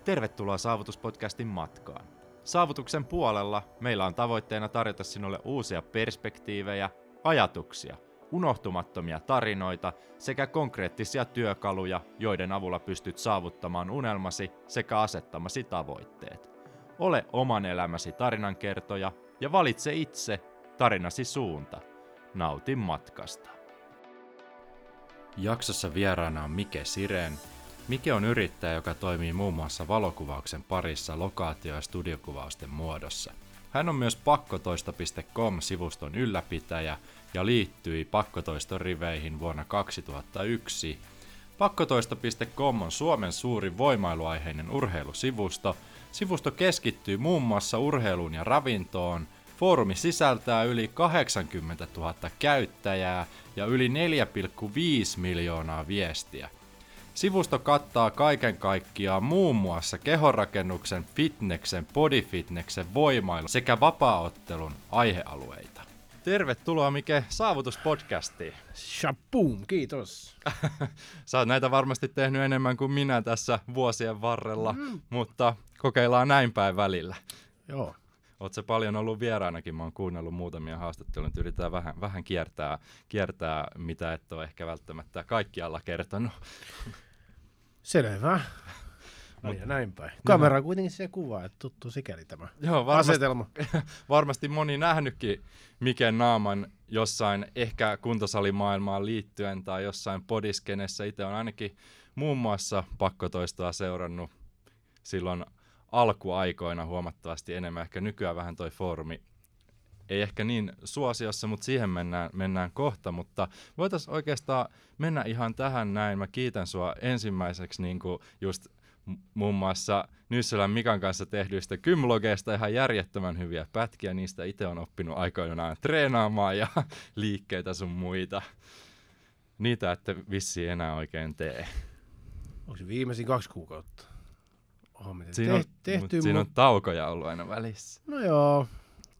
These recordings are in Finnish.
Tervetuloa Saavutuspodcastin matkaan. Saavutuksen puolella meillä on tavoitteena tarjota sinulle uusia perspektiivejä, ajatuksia, unohtumattomia tarinoita sekä konkreettisia työkaluja, joiden avulla pystyt saavuttamaan unelmasi sekä asettamasi tavoitteet. Ole oman elämäsi tarinankertoja ja valitse itse tarinasi suunta. Nauti matkasta. Jaksossa vieraana on Mike Sirén. Mike on yrittäjä, joka toimii muun muassa valokuvauksen parissa lokaatio- ja studiokuvausten muodossa. Hän on myös pakkotoisto.com-sivuston ylläpitäjä ja liittyi Pakkotoiston riveihin vuonna 2001. Pakkotoisto.com on Suomen suurin voimailuaiheinen urheilusivusto. Sivusto keskittyy muun muassa urheiluun ja ravintoon. Foorumi sisältää yli 80 000 käyttäjää ja yli 4,5 miljoonaa viestiä. Sivusto kattaa kaiken kaikkiaan muun muassa kehonrakennuksen, fitneksen, bodyfitneksen, voimailun sekä vapaaottelun aihealueita. Tervetuloa Mike Saavutuspodcastiin. Shaboom, kiitos. Sä oot näitä varmasti tehnyt enemmän kuin minä tässä vuosien varrella, mutta kokeillaan näin päin välillä. Joo. Oot sä paljon ollut vieraanakin, mä oon kuunnellut muutamia haastatteluja, nyt yritetään vähän kiertää, mitä et ole ehkä välttämättä kaikkialla kertonut. Selvä. Ja näin päin. Kamera kuitenkin se kuvaa, että tuttu sikäli tämä asetelma. Varmasti moni nähnytkin Miken naaman jossain ehkä kuntosalimaailmaan liittyen tai jossain podiskenessä. Itse on ainakin muun muassa Pakkotoistoa seurannut silloin alkuaikoina huomattavasti enemmän. Ehkä nykyään vähän toi foorumi ei ehkä niin suosiossa, mutta siihen mennään kohta. Mutta voitaisiin oikeastaan mennä ihan tähän näin. Mä kiitän sua ensimmäiseksi niin kuin just muun muassa Nysselän Mikan kanssa tehdyistä gymlogeista ihan järjettömän hyviä pätkiä. Niistä itse on oppinut aikoinaan treenaamaan ja liikkeitä sun muita. Niitä ette vissiin enää oikein tee. Onko se viimeisin 2 kuukautta? Siinä on taukoja ollut aina välissä. No joo.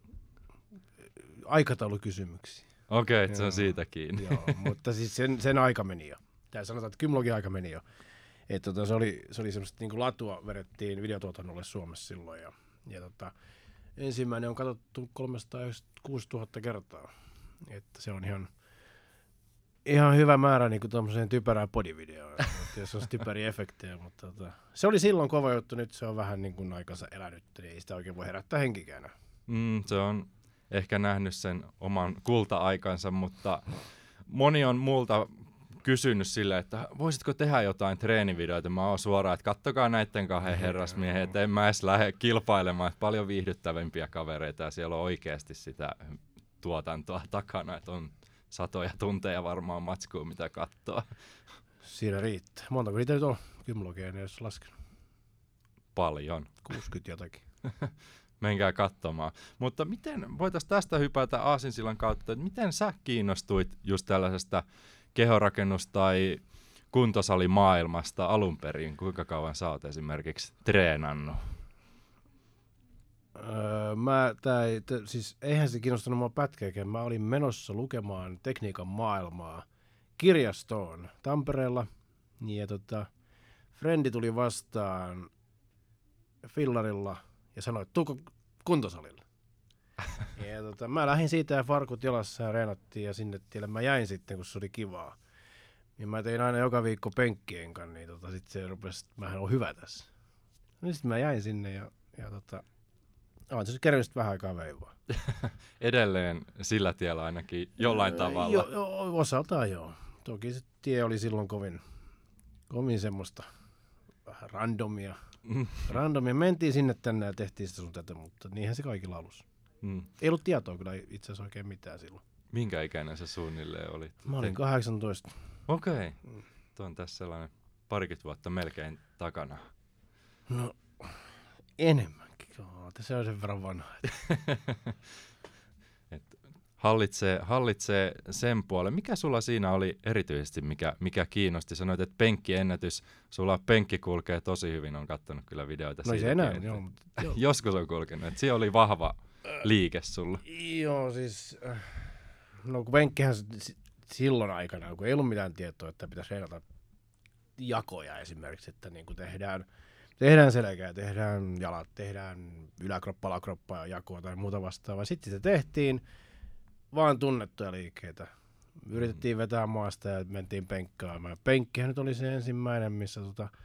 Aikataulukysymyksiä. Okei, se on siitä kiinni. Joo, mutta siis sen aika meni jo. Tää sanotaan, että gymlogin aika meni jo. Että se oli semmoista niinku latua vedettiin videotuotannolle Suomessa silloin. Ja ensimmäinen on katsottu 396 000 kertaa. Että se on ihan hyvä määrä niinku tommoseen typerään bodyvideoon. Jos on typeriä efektejä, mutta se oli silloin kova juttu, nyt se on vähän niin kuin aikansa elänyt, niin ei sitä oikein voi herättää henkikään. Se on ehkä nähnyt sen oman kulta-aikansa, mutta moni on multa kysynyt silleen, että voisitko tehdä jotain treenivideoita. Mä oon suoraan, että kattokaa näitten 2 herrasmiehen, että en mä edes lähde kilpailemaan, että paljon viihdyttävämpiä kavereita ja siellä on oikeasti sitä tuotantoa takana, että on satoja tunteja varmaan matskua, mitä kattoo. Siinä riittää. Montako niitä nyt on gymlogeja, niin jos laskenut? Paljon. 60 jotakin. Menkää katsomaan. Mutta miten, voitaisiin tästä hypätä aasinsillan kautta, että miten sä kiinnostuit just tällaisesta kehonrakennus- tai kuntosalimaailmasta alun perin? Kuinka kauan sä oot esimerkiksi treenannut? Siis eihän se kiinnostanut mua pätkääkään. Mä olin menossa lukemaan tekniikan maailmaa kirjastoon Tampereella. Ja frendi tuli vastaan fillarilla ja sanoi, että tuuko kuntosalille. Ja mä lähdin siitä ja farkut jalassa ja reenattiin ja sinne tielle mä jäin sitten, kun se oli kivaa. Ja mä tein aina joka viikko penkkien kanssa, niin sitten se rupesi, että mähän on hyvä tässä. Ja sitten mä jäin sinne ja on se kerran vähän aikaa veivaa. Edelleen sillä tiellä ainakin jollain tavalla. Osaltaan joo. Toki se tie oli silloin kovin semmoista vähän randomia. Mentiin sinne tänne ja tehtiin sitä sun tätä, mutta niinhän se kaikilla alussa. Ei ollut tietoa kyllä itse asiassa oikein mitään silloin. Minkä ikäinen sä suunnilleen olit? Mä olin 18. Okei. Tuo on tässä sellainen 20 vuotta melkein takana. No, enemmänkin. Se on sen verran vanha. Hallitsee sen puolen. Mikä sulla siinä oli erityisesti, mikä kiinnosti? Sanoit, että penkkiennätys, sulla penkki kulkee tosi hyvin, on katsonut kyllä videoita. No se enää, joo. Joskus on kulkenut, että siellä oli vahva liike sulla. Joo, siis, no kun penkkihän silloin aikana, kun ei ollut mitään tietoa, että pitäisi reenata jakoja esimerkiksi, että niin kuin Tehdään selkää, tehdään jalat, tehdään yläkroppa, alakroppa ja jakoa tai muuta vastaavaa. Sitten se tehtiin vaan tunnettuja liikkeitä. Yritettiin vetää maasta ja mentiin penkkaamaan. Penkkihän nyt oli se ensimmäinen, missä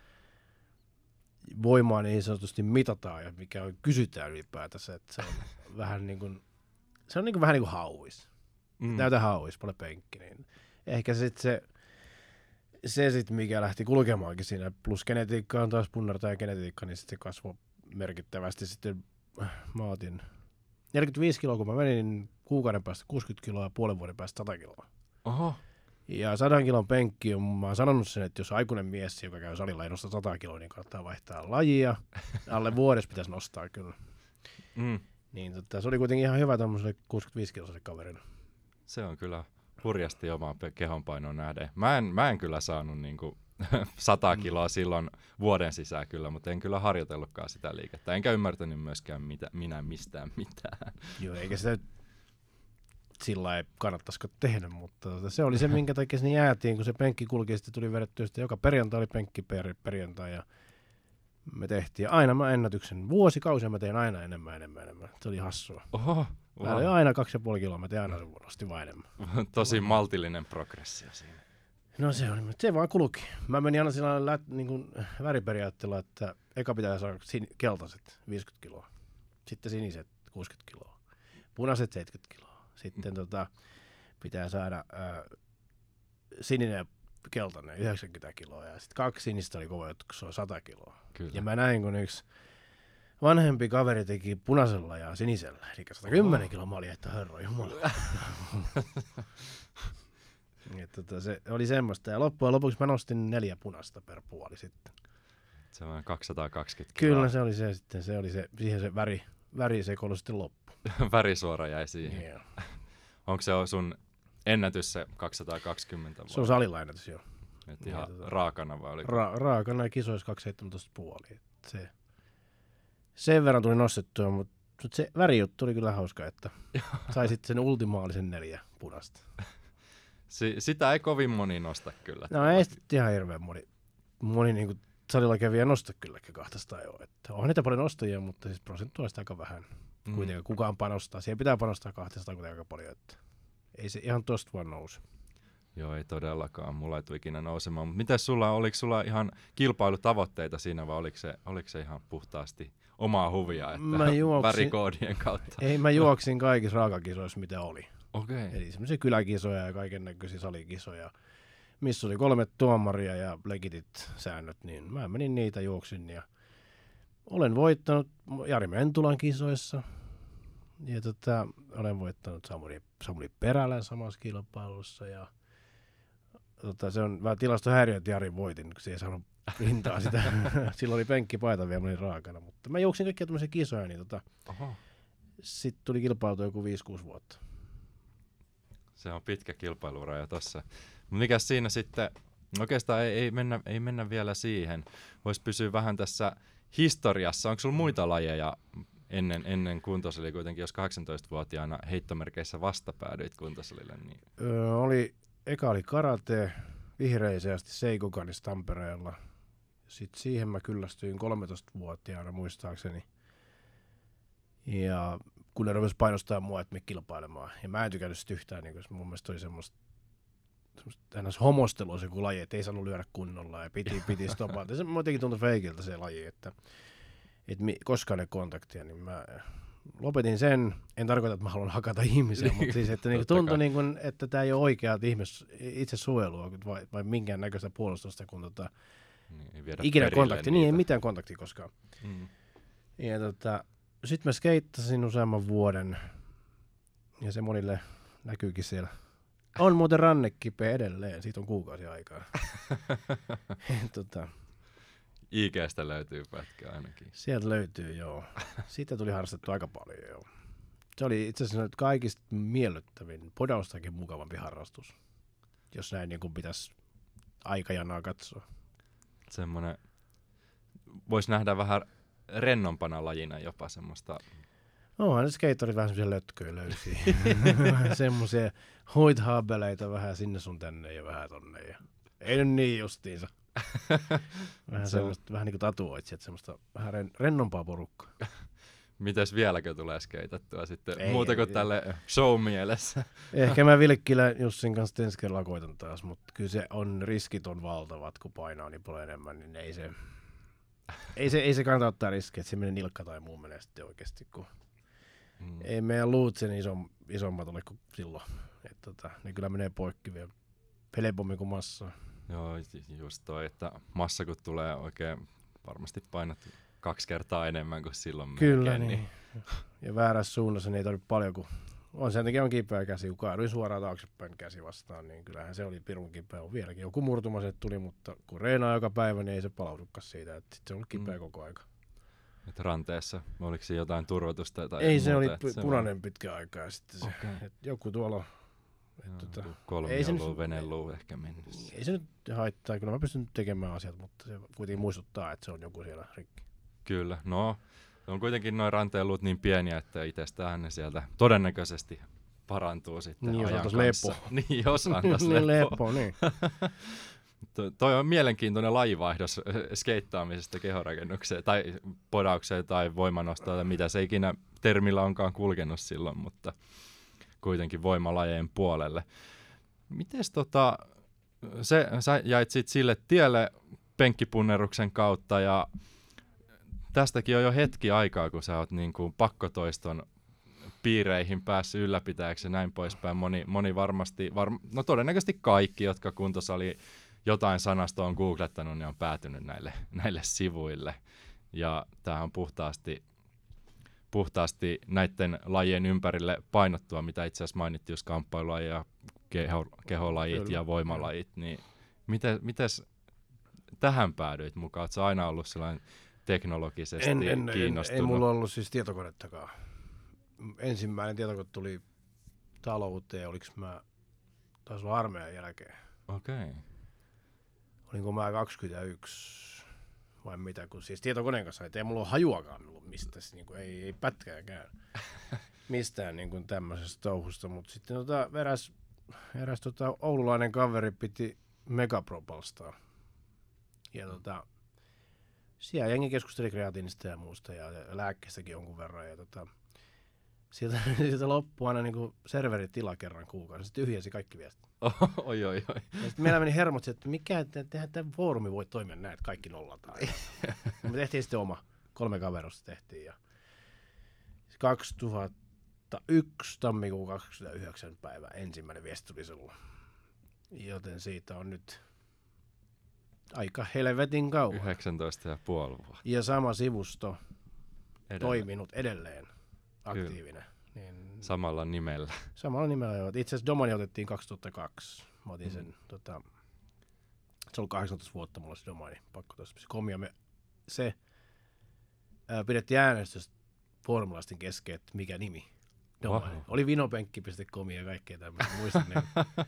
voimaa niin sanotusti mitataan ja mikä kysytään ylipäätänsä. Että se on vähän niin kuin, vähän niin kuin hauis. Näytä hauis, paljon penkki. Niin ehkä sitten se sit, mikä lähti kulkemaankin siinä, plus genetiikka on taas punnerta ja genetiikka, niin sitten se kasvoi merkittävästi. Sitten mä otin 45 kiloa, kun mä menin kuukauden päästä 60 kiloa ja puolen vuoden päästä 100 kiloa. Oho. Ja 100 kilon penkki on, mä oon sanonut sen, että jos aikuinen mies, joka käy salilla ja nostaa 100 kiloa, niin kannattaa vaihtaa lajia. Alle vuodessa pitäisi nostaa kyllä. Niin se oli kuitenkin ihan hyvä tämmöiselle 65-kiloiselle kaverille. Se on kyllä hurjasti omaa kehonpainoon nähden. Mä en kyllä saanut niinku 100 kiloa silloin vuoden sisään kyllä, mutta en kyllä harjoitellutkaan sitä liikettä. Enkä ymmärtänyt myöskään minä mistään mitään. Joo, eikä sitä sillä ei kannattaisiko tehdä, mutta se oli se, minkä takia sinne jäätiin, kun se penkki kulki, sitten tuli vedettyä, sitten joka perjantai oli penkki perjantai ja me tehtiin aina mä ennätyksen. Vuosikausia mä tein aina enemmän. Se oli hassua. Oho, Mä olin aina 2,5 kiloa, mä tein aina sen vuorosti vaan enemmän. Tosi maltillinen progressio siinä. No se vaan kulki. Mä menin aina sillä niin väriperiaatteella, että eka pitää saada keltaiset 50 kiloa, sitten siniset 60 kiloa, punaiset 70 kiloa. Sitten pitää saada sininen ja keltainen 90 kiloa ja sitten 2 sinistä oli kova, että se on 100 kiloa. Kyllä. Ja mä näin, kun yksi vanhempi kaveri teki punaisella ja sinisellä, eli 110 kiloa. Mä olin, että herra jumala. Se oli semmoista. Ja loppujen lopuksi mä nostin 4 punaista per puoli sitten. Se on 220 kiloa. Kyllä se oli se sitten. Siihen se värisekoilu sitten loppu. Värisuora jäi siihen. Yeah. Onko se sun ennätys se 220 vai? Se on salilla ennätys, joo. Et ihan raakana vai oliko? Raakana ja kisoissa 217,5. Sen verran tuli nostettua, mutta se värijuttu oli kyllä hauska, että sai sitten sen ultimaalisen 4 punaista. Sitä ei kovin moni nosta kyllä. No ei sitten ihan hirveän moni niin kuin salilla kävijä nosta kylläkin 200 euroa. Onhan niitä paljon nostajia, mutta siis prosentuaalista aika vähän. Kuitenkaan kukaan panostaa. Siihen pitää panostaa 200 kuitenkin aika paljon, että ei se ihan tosta vaan nouse. Joo, ei todellakaan. Mulla ei tule ikinä nousemaan. Mites oliko sulla ihan kilpailutavoitteita siinä vai oliko se ihan puhtaasti omaa huvia, että värikoodien kautta? Ei, mä juoksin kaikissa raakakisoissa, mitä oli. Okei. Eli semmoisia kyläkisoja ja kaiken näköisiä salikisoja, missä oli 3 tuomaria ja legitit säännöt, niin mä menin niitä juoksin ja olen voittanut Jari Mentulan kisoissa ja olen voittanut Samuli Perälän samassa kilpailussa ja se on vähän tilastohäiriö, että Jari voitin, kun se ei saanut hintaa sitä. Silloin oli penkkipaita vielä, mä olin raakana, mutta mä juoksin kaikkia tämmöisiä kisoja, niin sitten tuli kilpailuta joku 5-6 vuotta. Se on pitkä kilpailuraja tossa. Mikä siinä sitten, oikeastaan ei mennä vielä siihen. Voisi pysyä vähän tässä historiassa. Onko sulla muita lajeja ennen kuntosalia kuitenkin, jos 18-vuotiaana heittomerkeissä vastapäädyit kuntosalille? Niin... Eka oli karate, vihreiseästi Seikokanissa Tampereella. Sitten siihen mä kyllästyin 13-vuotiaana muistaakseni. Ja kun ne rupesi painostaa mua, että me kilpailemaan. Ja mä en tykännyt sitä yhtään, niin mun mielestä oli semmoista homostelua se kun laji, että ei saanut lyödä kunnolla ja piti stopata. Se jotenkin tuntui feikiltä se laji, että koskaan ne kontaktia, niin mä lopetin sen. En tarkoita, että mä haluan hakata ihmisiä, mutta siis, että niin tuntui, niin kuin, että tämä ei ole oikeaa itse suojelua vai minkään näköistä puolustusta, kun ikinä kontakti. Niin, ei mitään kontaktia koskaan. Ja sitten mä skeittasin useamman vuoden ja se monille näkyykin siellä. On muuten rannekipeä edelleen, siitä on kuukausi aikaa. IG:stä löytyy pätkä ainakin. Sieltä löytyy, joo. Siitä tuli harrastettu aika paljon, joo. Se oli itse asiassa kaikista miellyttävin, podaustakin mukavampi harrastus, jos näin niin kuin pitäisi aikajanaa katsoa. Semmoinen, voisi nähdä vähän rennompana lajina jopa semmoista. Onhan ne skaterit vähän semmoisia lötköjä löysiä. Semmoisia hoithaabeleita vähän sinne sun tänne ja vähän tonne. Ja ei nyt niin justiinsa. Vähän semmoista, vähän niin kuin tatuoitsijat, semmoista vähän rennompaa porukkaa. Mites vieläkö tulee skeitattua sitten Ei, muuta kuin ei. tälle show-mielessä? Ehkä mä Vilkkilän Jussin kanssa ensi kerralla koitan taas, mutta kyllä se on, riskit on valtavat, kun painaa niin paljon enemmän, niin ei se kannata ottaa riskiä, että se menee nilkka tai muu menee sitten oikeasti, kun ei meidän luut sen isommat ole kuin silloin. Ne kyllä menee poikki vielä helpommin kuin massa. Joo, just toi, että massa kun tulee oikein varmasti painat 2 kertaa enemmän kuin silloin Kyllä, melkein, niin. Ja väärässä suunnassa niin ei tarvitse paljon, kun on sen takia on kipeä käsi. Kun kaaduin suoraan taaksepäin käsi vastaan, niin kyllähän se oli pirun kipeä. On vieläkin joku murtuma se tuli, mutta kun reenaa joka päivä, niin ei se palaudukaan siitä. Että sit se on ollut kipeä koko aika. Et ranteessa, oliko siinä jotain turvotusta tai Ei, muuta? se oli punainen pitkä aika ja sitten se, Okay. joku tuolla. Kolmioluu, veneluu ehkä mennessä. Ei se nyt haittaa, kyllä mä pystyn tekemään asiat, mutta se kuitenkin muistuttaa, että se on joku siellä rikki. Kyllä, no on kuitenkin noin ranteeluut niin pieniä, että itsestään ne sieltä todennäköisesti parantuu sitten niin, ajan kanssa. Lepo. Niin, jos antaisi niin, lepoa. niin. Toi on mielenkiintoinen lajivaihdos skeittaamisesta kehorakennukseen tai podaukseen tai voimanostoon tai mitä se ikinä termillä onkaan kulkenut silloin, mutta kuitenkin voimalajeen puolelle. Mites sä jäit sit sille tielle penkkipunneruksen kautta ja tästäkin on jo hetki aikaa, kun sä oot niin kuin pakkotoiston piireihin päässyt ylläpitäjäksi ja näin poispäin. Moni varmasti, no todennäköisesti kaikki, jotka kuntosali jotain sanastoa on googlettanut, niin on päätynyt näille sivuille. Ja tämähän on puhtaasti näiden lajien ympärille painottua, mitä itse asiassa mainittiin, jos kamppailulajit ja keholajit ja voimalajit. Niin mites tähän päädyit mukaan? Oletko sä aina ollut sellainen teknologisesti kiinnostunut? Ei mulla ollut siis tietokonettakaan. Ensimmäinen tietokone tuli talouteen, taisi olla armeijan jälkeen. Okei. Olinko mä 21 vai mitä, kun siis tietokoneen kanssa ei mulla ole hajuakaan ollut mistään, niin ei pätkääkään mistään niin tämmöisestä touhusta, mutta sitten eräs oululainen kaveri piti Megapropalstaa. Ja siellä jengi keskusteli kreatiinista ja muusta ja lääkkeestäkin jonkun verran. Ja sieltä loppui aina niin serveritila kerran kuukauden. Se tyhjensi kaikki viestit. Oi. Ja sitten meillä meni hermot, että tehdään tämä foorumi voi toimia näin, että kaikki nollataan. Me tehtiin sitten oma. 3 kaverusta tehtiin. Ja 2001 tammikuun 29 päivä ensimmäinen viesti tuli silloin. Joten siitä on nyt aika helvetin kauan. 19,5 vuotta. Ja sama sivusto toiminut edelleen aktiivinen. Niin samalla nimellä. Samalla nimellä joo. Itse asiassa domani otettiin 2002. Mä otin sen, se oli 18 vuotta mulla se domani, pakko.com, ja se pidettiin äänestys formulaisten kesken, että mikä nimi. Domani. Oli vinopenkki.com ja kaikkea tämmöistä, muistan ne.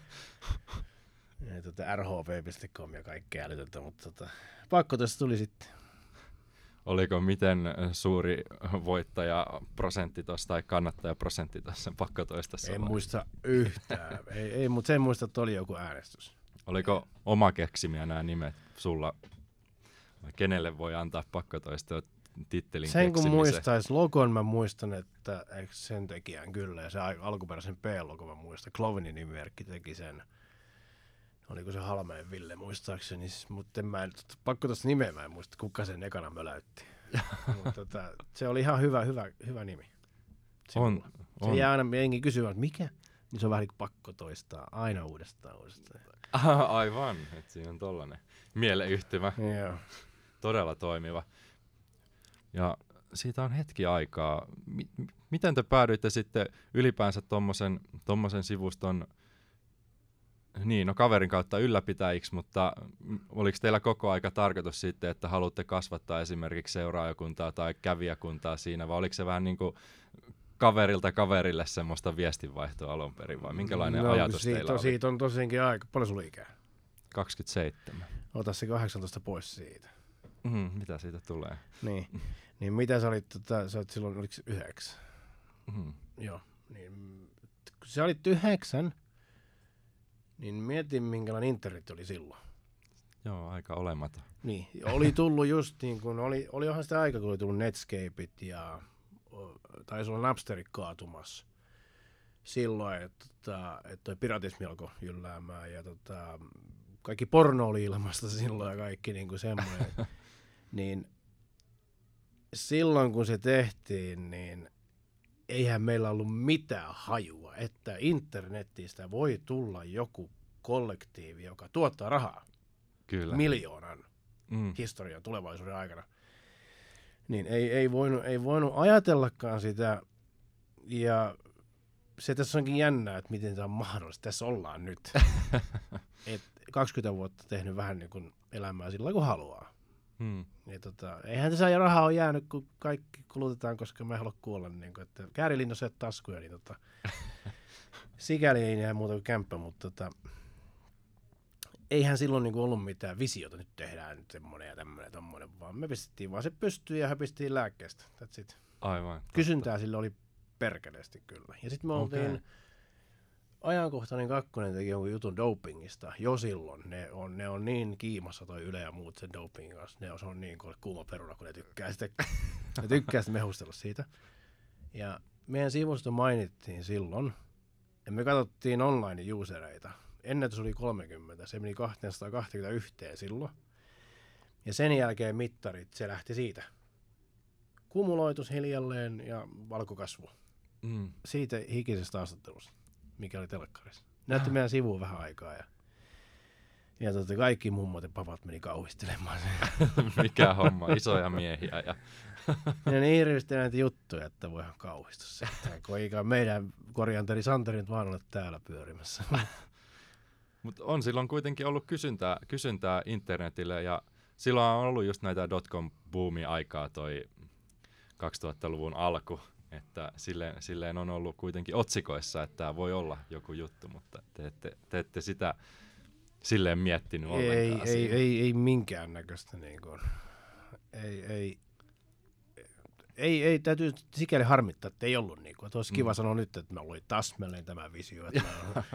rhp.com ja kaikkea älytöntä, mutta pakko tässä tuli sitten. Oliko miten suuri voittajaprosentti tuossa tai kannattajaprosentti tuossa pakkotoistossa? En muista yhtään. ei, mutta sen muista, että oli joku äänestys. Oliko oma keksimiä nämä nimet sulla? Kenelle voi antaa pakkotoistoa tittelin sen keksimiseen? kun muistais logon, mä muistan, että sen tekijän kyllä. Ja se alkuperäisen P-logon mä muistan. Clovinin nimimerkki teki sen. Oliko se Halmeen Ville muistaakseni, mutta pakko tuosta nimeä mä en muista, kuka sen ekana möläytti. Mutta se oli ihan hyvä nimi. Se jää aina jengi kysyä, että mikä? Niin se on vähän niin kuin pakko toistaa aina uudestaan. Aivan, että siinä on tollainen mieleyhtymä. Joo. Todella toimiva. Ja siitä on hetki aikaa. Miten te päädyitte sitten ylipäänsä tommosen sivuston kaverin kautta ylläpitäjiksi, mutta oliko teillä koko aika tarkoitus sitten, että haluatte kasvattaa esimerkiksi seuraajakuntaa tai kävijäkuntaa siinä, vai oliko se vähän niin kuin kaverilta kaverille semmoista viestinvaihtoa alun perin, vai minkälainen ajatus teillä oli? Siitä on tosiaankin aika. Paljon sulla ikää? 27. Ota se 18 pois siitä. Mitä siitä tulee? Niin mitä sä olit, sä olit silloin, oliko 9? Joo. Niin, kun sä olit 9, niin mietin minkälainen internet oli silloin. Joo, aika olematon. Niin, oli tullut just niin kuin, oliohan sitä aika, kun oli tullut Netscapeit ja taisi olla Napsterit kaatumassa silloin, että toi piratismi alkoi jylläämään ja kaikki porno oli ilmasta silloin ja kaikki niin kuin semmoinen. Niin silloin kun se tehtiin, niin eihän meillä ollut mitään hajua, että internetistä voi tulla joku kollektiivi, joka tuottaa rahaa. Kyllä. Miljoonan historian tulevaisuuden aikana. Niin ei voinut ajatellakaan sitä. Ja se tässä onkin jännää, että miten tämä on mahdollista. Tässä ollaan nyt. Et 20 vuotta tehnyt vähän niin kuin elämää sillä kun haluaa. Ja eihän tässä rahaa ole jäänyt, kun kaikki kulutetaan, koska mä en halua kuolla. Niin kuin, että käärilinno syöt taskuja, niin sikäli ei jää muuta kuin kämppä, mutta eihän silloin niinku ollut mitään visiota, nyt tehdään nyt semmoinen ja tämmöinen, tommoinen, vaan me pistettiin vaan se pystyyn ja höpistiin lääkkeestä. That's it. Aivan. Totta. Kysyntää sille oli perkeleesti kyllä. Ja sitten me oltiin, Ajankohtainen 2 teki jonkun jutun dopingista jo silloin. Ne on niin kiimassa toi Yle ja muut sen dopingin kanssa. Se on niin kuuma peruna, kun ne tykkää sitä mehustella siitä. Ja meidän sivusto mainittiin silloin. Ja me katsottiin online-usereita. Ennätys oli 30, se meni 221 silloin. Ja sen jälkeen mittarit, se lähti siitä. Kumuloitus hiljalleen ja valkokasvu. Siitä hikisestä haastattelusta, mikä oli telkkarissa. Näytti meidän sivuun vähän aikaa ja kaikki mummot ja papat meni kauhistelemaan sen. Mikä homma, isoja miehiä. Ja niin hirveästi näitä juttuja, että voihan kauhistua se. Kun eikä meidän korjanteri Santeri nyt vaan ole täällä pyörimässä. Mutta on silloin kuitenkin ollut kysyntää internetille ja silloin on ollut just näitä dotcom-boomi-aikaa toi 2000-luvun alku, että silleen on ollut kuitenkin otsikoissa, että tämä voi olla joku juttu, mutta te ette sitä silleen miettinyt ollenkaan. Ei minkäännäköistä niin kuin, ei täytyy sikäli harmittaa, että ei ollut niin kuin, että olisi kiva sanoa nyt, että mä olin täsmälleen tämä visio, että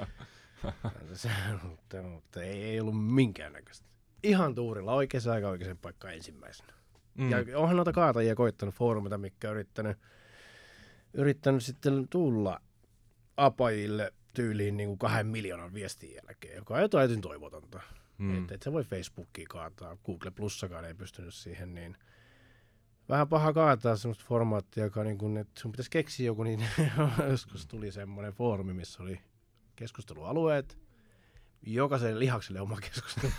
mutta ei ollut minkäännäköistä. Ihan tuurilla, oikeassa aika oikeaan paikkaan ensimmäisenä. Ja onhan noita kaatajia koittanut foorumita, mitkä on yrittänyt sitten tulla apajille tyyliin niin kuin 2 miljoonan viestin jälkeen, joka on täysin toivotonta. Että se voi Facebookia kaataa, Google Plussakaan ei pystynyt siihen, niin vähän paha kaataa semmoista formaattia, joka niin kuin, että sun pitäisi keksiä joku, niin joskus tuli semmoinen foorumi, missä oli keskustelualueet, jokaiselle lihakselle oma keskustelu.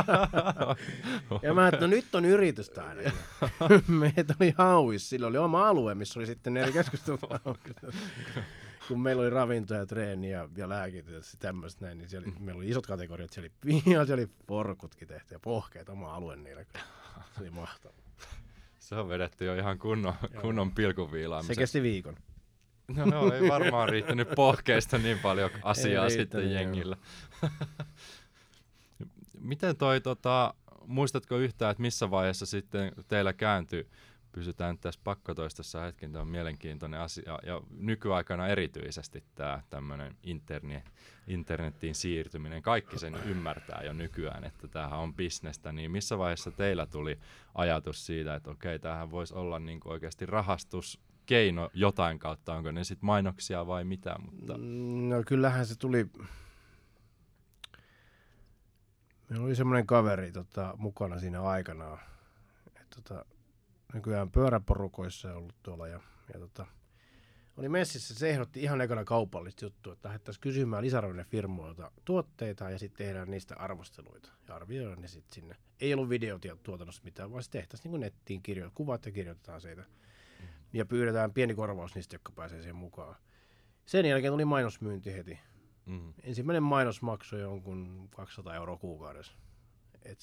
Ja mä että no nyt on yritystä aina. Meitä oli hauis, sillä oli oma alue, missä oli sitten eri keskustelut. Kun meillä oli ravinto ja treeni ja lääkitys ja tämmöistä näin, niin meillä oli isot kategoriat, siellä oli porkutkin tehty ja pohkeet, oma alue niillä. Se oli mahtavaa. Se on vedetty jo ihan kunnon pilkunviilaamisen. Se kesti viikon. No joo, ei varmaan riittänyt pohkeista niin paljon asiaa sitten jengillä. Miten muistatko yhtään, että missä vaiheessa sitten teillä kääntyi, pysytään tässä pakkotoistossa hetken, tämä on mielenkiintoinen asia, ja nykyaikana erityisesti tämä tämmöinen internettiin siirtyminen, kaikki sen ymmärtää jo nykyään, että tämähän on bisnestä, niin missä vaiheessa teillä tuli ajatus siitä, että okei, tämähän voisi olla niin kuin oikeasti rahastuskeino jotain kautta, onko ne sitten mainoksia vai mitä? Mutta no kyllähän se tuli. Meillä oli semmoinen kaveri mukana siinä aikanaan, että nykyään pyöräporukoissa ollut tuolla ja oli messissä, se ehdotti ihan ekana kaupallista juttua, että lähdettäisiin kysymään lisäravennefirmoilta tuotteita ja sitten tehdään niistä arvosteluita ja arvioidaan ne sitten sinne. Ei ollut videotuotannossa mitään, vaan se tehtäisiin niin nettiin kuvat ja kirjoitetaan siitä ja pyydetään pieni korvaus niistä, jotka pääsee siihen mukaan. Sen jälkeen tuli mainosmyynti heti. Ensimmäinen mainos maksoi jonkun 200 € kuukaudessa. Et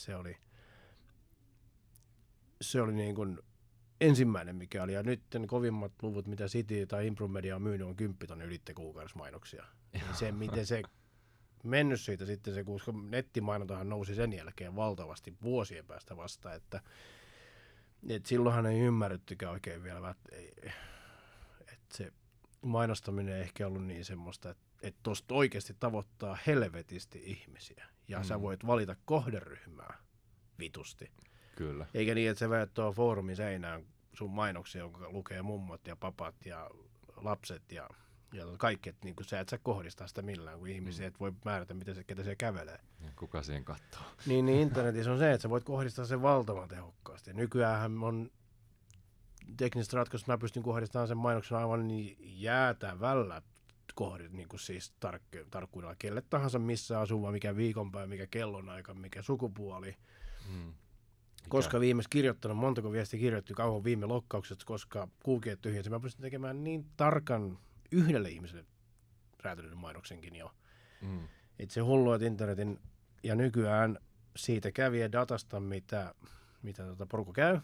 se oli niin kuin ensimmäinen mikä oli. Ja nyt kovimmat luvut, mitä City tai Impromedia on myynyt, on 10 000 ylitte kuukaudessa mainoksia. Se, miten se mennyt siitä sitten, se, koska nettimainontahan nousi sen jälkeen valtavasti vuosien päästä vasta, että silloinhan ei ymmärrettykään oikein vielä, että se mainostaminen ei ehkä ollut niin semmoista, että tuosta oikeasti tavoittaa helvetisti ihmisiä. Ja sä voit valita kohderyhmää. vitusti. Kyllä. Eikä niin, että sä veät tuohon foorumin seinään sun mainoksia, jonka lukee mummot ja papat ja lapset ja kaikki, että niin sä et sä kohdistaa sitä millään, kun ihmisiä et voi määrätä, ketä se kävelee. Ja kuka siihen katsoo? Niin internetissä on se, että sä voit kohdistaa sen valtavan tehokkaasti. Nykyäänhän on tekniset ratkaisut, mä pystyn kohdistamaan sen mainoksen aivan niin jäätävällä niin kuin siis tarkkuudella kelle tahansa, missä asuu, mikä viikonpäivä, mikä kellonaika, mikä sukupuoli. Koska viimeis kirjoittanut, montako viestiä kirjoitti kauan viime lokkaukset, koska kuukeet tyhjensä. Mä pystyn tekemään niin tarkan yhdelle ihmiselle räätälöidyn mainoksenkin jo. Että se hullu, että internetin ja nykyään siitä kävijä datasta, mitä porukka käy,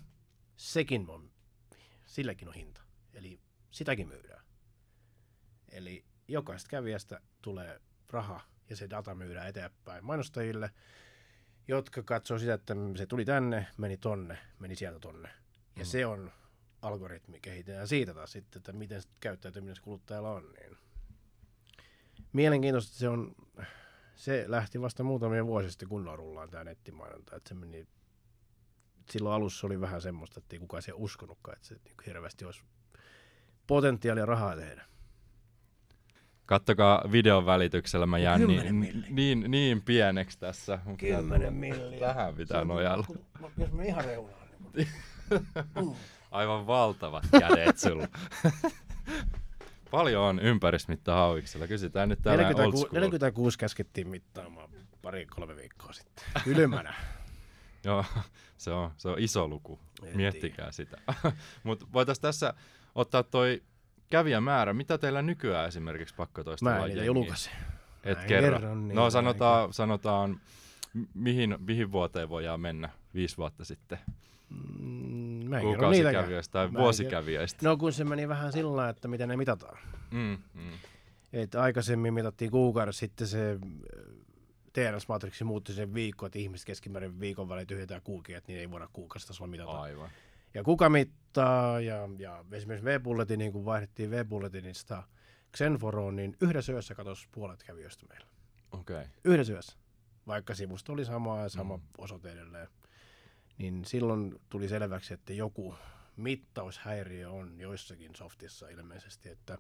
silläkin on hinta. Eli sitäkin myydään. Eli jokaisesta kävijästä tulee raha ja se data myydään eteenpäin mainostajille, jotka katsoo sitä, että se tuli tänne, meni sieltä tonne. Ja se on algoritmi, kehitetään siitä taas sitten, että miten käyttäytyminen kuluttajalla on. Niin. Mielenkiintoista se lähti vasta muutamia vuosia sitten kunnolla rullaan tämä nettimainonta. Että se meni, silloin alussa oli vähän semmoista, että ei kukaan siihen uskonutkaan, että se hirveästi olisi potentiaalia rahaa tehdä. Kattokaa videon välityksellä, mä jään niin pieneksi tässä. 10 milliä. Tähän pitää nojalla. Jos mä ihan reunaan. Niin. Aivan valtavat kädet sulla. Paljon on ympärismittä hauiksella. Kysytään nyt täällä old school. 46 käskettiin mittaamaan 2-3 viikkoa sitten. Kylmänä. Joo, se on iso luku. Miettikää sitä. Mutta voitaisiin tässä ottaa toi kävijämäärä. Mitä teillä nykyään esimerkiksi pakko toista Mä en niitä julkaise. Et kerran. No sanotaan mihin vuoteen voidaan mennä 5 vuotta sitten? Kuukausikävijöistä tai vuosikävijöistä? No kun se meni vähän sillä lailla, että miten ne mitataan. Et aikaisemmin mitattiin kuukaudessa, sitten se TNS-matriksi muutti sen viikko, että ihmiset keskimäärin viikon välein tyhjentää kuukia, niin ei voida kuukausitasolla mitata. Aivan. Ja kuka mittaa, ja esimerkiksi V-bulletin, niin kun vaihdettiin V-bulletinista Xenforoon, niin yhdessä yössä katosi puolet kävijöistä meillä. Okay. Yhdessä yössä. Vaikka sivusto oli sama ja sama osoite edelleen. Niin silloin tuli selväksi, että joku mittaushäiriö on joissakin softissa ilmeisesti, että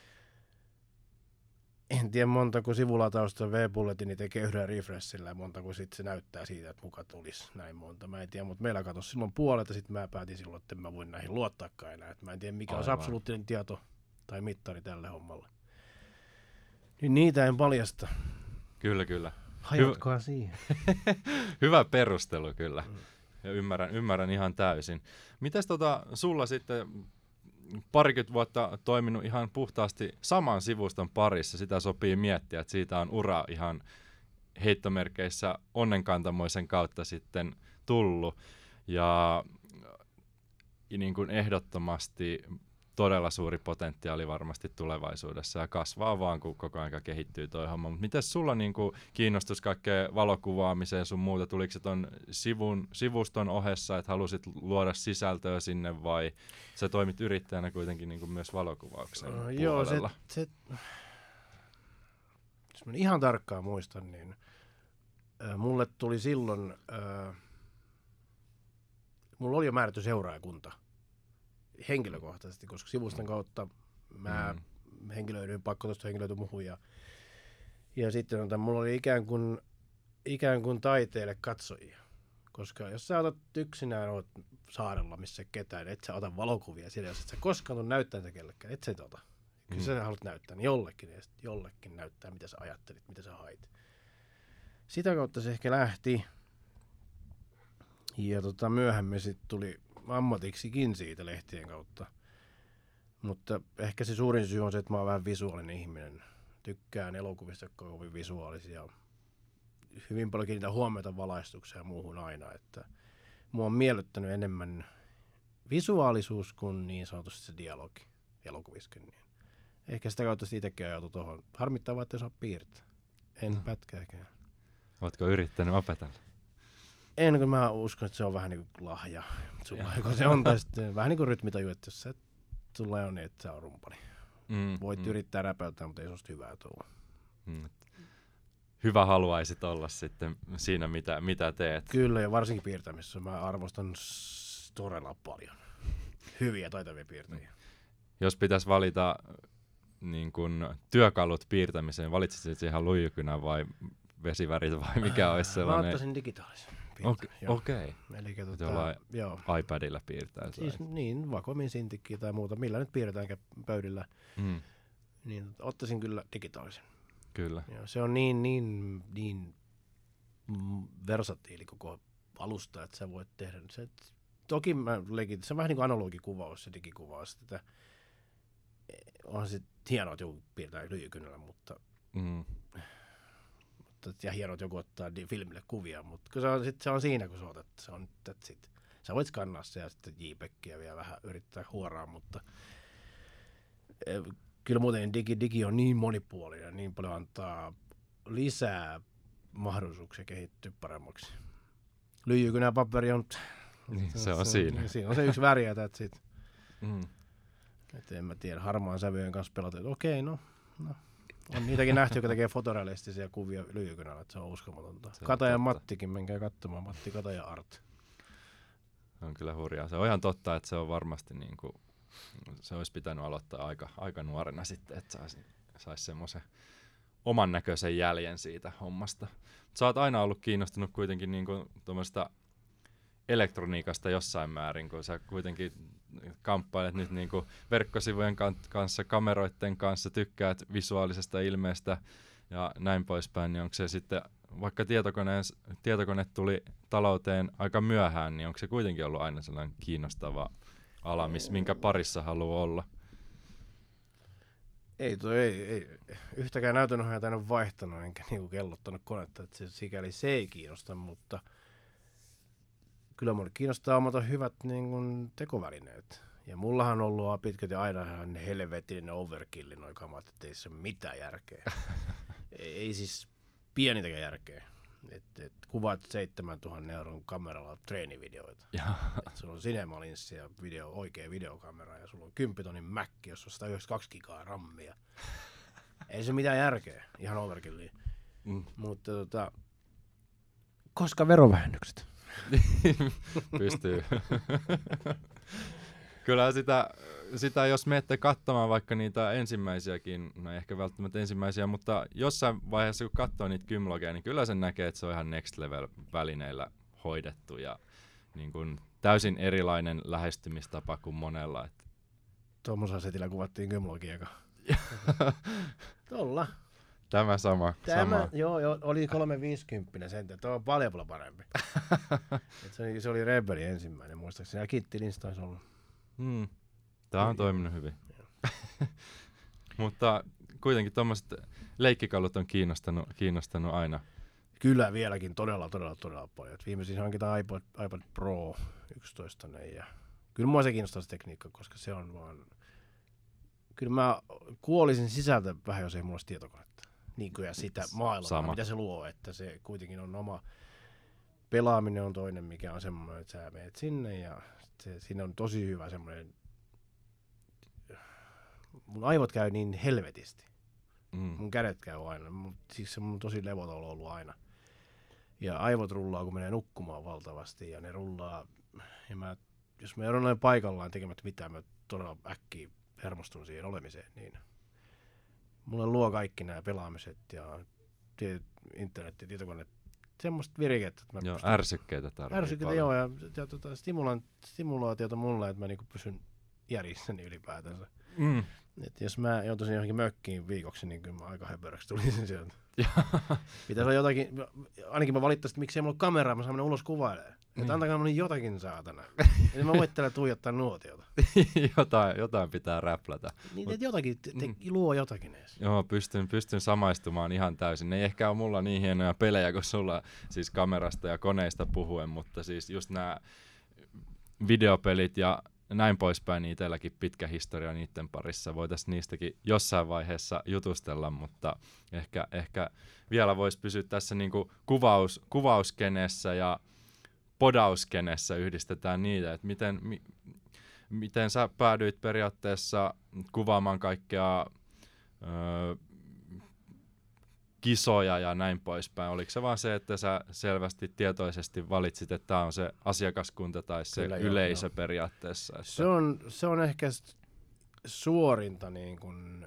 en tiedä montako sivulatausta V-bulletini tekee yhdellä refreshillä ja montako sitten se näyttää siitä, että muka tulisi näin monta. Mä en tiedä, mutta meillä katosi silloin puolet ja sitten mä päätin silloin, että mä voin näihin luottaakaan enää. Mä en tiedä mikä on absoluuttinen tieto tai mittari tälle hommalle. Niin niitä en paljasta. Kyllä. Hajotkaa siihen. Hyvä perustelu kyllä. Ja ymmärrän ihan täysin. Mitäs sulla sitten 20 vuotta toiminut ihan puhtaasti saman sivuston parissa, sitä sopii miettiä, että siitä on ura ihan heittomerkeissä onnenkantamoisen kautta sitten tullut. Ja niin kuin ehdottomasti todella suuri potentiaali varmasti tulevaisuudessa ja kasvaa vaan, kun koko ajan kehittyy toi homma. Mutta miten sulla niinku kiinnostus kaikkeen valokuvaamiseen sun muuta? Tuliko se ton sivuston ohessa, että halusit luoda sisältöä sinne vai sä toimit yrittäjänä kuitenkin niinku myös valokuvauksen puolella? Joo, jos mä ihan tarkkaan muistan, niin mulle tuli silloin, mulla oli jo määrätty seuraajakunta henkilökohtaisesti, koska sivuston kautta mä henkilöidyin, pakkotosta henkilöity muuhun ja sitten mulla oli ikään kuin taiteelle katsojia, koska jos sä otat yksinään oot saarella, missä ketään, et sä ota valokuvia siellä, jos et sä koskaan tuu näyttää sitä kellekään, et sä ota. Kyllä sä haluat näyttää, niin jollekin näyttää, mitä sä ajattelit, mitä sä hait. Sitä kautta se ehkä lähti ja myöhemmin sitten tuli ammatiksikin siitä lehtien kautta. Mutta ehkä se suurin syy on se, että mä oon vähän visuaalinen ihminen. Tykkään elokuvista, jotka on kovin visuaalisia. Hyvin paljon kiinnitän huomiota valaistukseen ja muuhun aina. Että mua on miellyttänyt enemmän visuaalisuus kuin niin sanotusti se dialogi elokuviskin. Niin. Ehkä sitä kautta itsekin ajautui tuohon. Harmittavaa, että ei saa piirtää. En pätkääkään. Ootko yrittänyt opetella? En, kun mä uskon, että se on vähän niin kuin lahja. Se on vähän niin kuin rytmitaju, että jos sulla on niin, että sä on rumpali. Voit yrittää räpäyttää, mutta ei se ole hyvää tuolla. hyvä haluaisit olla sitten siinä, mitä teet. Kyllä, ja varsinkin piirtämisessä mä arvostan todella paljon hyviä taitavia piirtäjiä. Jos pitäisi valita niin kun työkalut piirtämiseen, valitsisit ihan luijukynän vai vesivärit vai mikä olisi sellainen? Mä ottaisin digitaalisen. Okei. Elikkä joo. iPadilla piirtää. Siis niin, Wacomin Cintiqia tai muuta, millä nyt piirretäänkään pöydillä, niin ottaisin kyllä digitaalisen. Kyllä. Joo, se on niin versatiili koko alusta, että sä voit tehdä se. Toki se on vähän niin kuin analogikuvaus, se digikuvaus. Onhan se hienoa, että joku piirtää lyijykynällä, mutta ja hienoa, että joku ottaa filmille kuvia, mutta se on siinä, kun sä otat, se on that's it. Sä voit skannaa se ja sitten JPEGiä vielä vähän yrittää huoraa, mutta kyllä muuten digi on niin monipuolinen, niin paljon antaa lisää mahdollisuuksia kehittyä paremmaksi. Lyijykynäpaperi on... Niin, se on siinä. Siinä on se yksi väri ja that's it. Et en mä tiedä, harmaan sävyjen kanssa pelata, että okei, no. On niitäkin nähty, joka tekee fotorealistisia kuvia lyijykynällä, että se on uskomatonta. Katajan Mattikin, menkää katsomaan, Matti Kataja Art. On kyllä hurjaa. Se on ihan totta, että se on varmasti niinku, se olisi pitänyt aloittaa aika nuorena sitten, että saisi semmoisen oman näköisen jäljen siitä hommasta. Sä oot aina ollut kiinnostunut kuitenkin niinku tuommoista elektroniikasta jossain määrin, kun sä kuitenkin kamppailet nyt niinku verkkosivujen kanssa, kameroiden kanssa, tykkäät visuaalisesta ilmeestä ja näin poispäin, niin onko se sitten, vaikka tietokone tuli talouteen aika myöhään, niin onko se kuitenkin ollut aina sellainen kiinnostava ala, minkä parissa haluaa olla? Ei yhtäkään näytönohjaajaa en ole vaihtanut, enkä niinku kellottanut konetta, että sikäli se ei kiinnosta, mutta kyllä mulle kiinnostaa omata hyvät niin kun, tekovälineet. Ja mullahan on ollut pitkät ja aina helvetinen overkill noi kamat, että ei se ole mitään järkeä. ei siis pienintäkään järkeä. Et kuvaat 7,000 euron kameralla treenivideoita. Et sulla on Cinema-linssi ja oikea videokamera ja sulla on 10 tonnin Mac, jossa on 192 gigaa rammia. Ei se mitään järkeä, ihan overkillia. Mutta koska verovähennykset? Pystyy. Kyllä sitä, jos menette katsomaan vaikka niitä ensimmäisiäkin, no ehkä välttämättä ensimmäisiä, mutta jossain vaiheessa kun katsoo niitä Gymlogia, niin kyllä sen näkee, että se on ihan next level välineillä hoidettu ja niin kuin täysin erilainen lähestymistapa kuin monella. Tuommoisella setillä kuvattiin Gymlogiakaan. Tuolla. Tämä sama. Joo, oli 350 senttiä. Tuo on paljon parempi. Se oli Rebelin ensimmäinen, muistaakseni. Ja Kitty Lins taisi olla. Tämä on toiminut hyvin. Mutta kuitenkin tuommoiset leikkikalut on kiinnostanut aina. Kyllä vieläkin todella paljon. Viimeisin hankitaan iPad Pro 11. Ja kyllä mua se kiinnostaa se tekniikka, koska se on vaan... Kyllä mä kuolisin sisältä vähän, jos ei mulla olisi tietokonetta. Niin kuin ja sitä maailmaa, mitä se luo, että se kuitenkin on oma pelaaminen on toinen, mikä on semmoinen, että sä menet sinne ja siinä on tosi hyvä semmoinen, mun aivot käy niin helvetisti, mun kädet käy aina, siis se on tosi levoton ollut aina. Ja aivot rullaa, kun menee nukkumaan valtavasti ja ne rullaa, ja jos mä joudun noin paikallaan tekemättä mitään, mä todella äkkiä hermostun siihen olemiseen, niin mulle luo kaikki nämä pelaamiset ja internet ja tietokoneet semmoista virikettä. Joo, ärsykkeitä tarvitsee. Ärsykkeitä, joo, ja stimulaatiota mulle, että mä niinku pysyn järjissäni ylipäätänsä. Et jos mä joutuisin johonkin mökkiin viikoksi, niin kyllä mä aika höpöräksi tulisin sieltä. Pitäisi olla jotakin, ainakin mä valittaisin, että miksei mulla ole kameraa, mä saan mennä ulos kuvailemaan. Että antakaa mulle jotakin saatana. Eli mä voin täällä tuijottaa nuotiota. jotain pitää räplätä. Niin, että jotakin, luo jotakin edes. Joo, pystyn samaistumaan ihan täysin. Ne ei ehkä ole mulla niin hienoja pelejä kuin sulla siis kamerasta ja koneista puhuen, mutta siis just nämä videopelit ja näin poispäin, niin itselläkin pitkä historia niiden parissa. Voitaisiin niistäkin jossain vaiheessa jutustella, mutta ehkä vielä voisi pysyä tässä niinku kuvauskenessä ja podauskenessä yhdistetään niitä, että miten sä päädyit periaatteessa kuvaamaan kaikkea kisoja ja näin poispäin. Oliko se vaan se, että sä selvästi tietoisesti valitsit, että tämä on se asiakaskunta tai se Kyllä, yleisö joo. periaatteessa? Että... Se on ehkä suorinta niin kuin,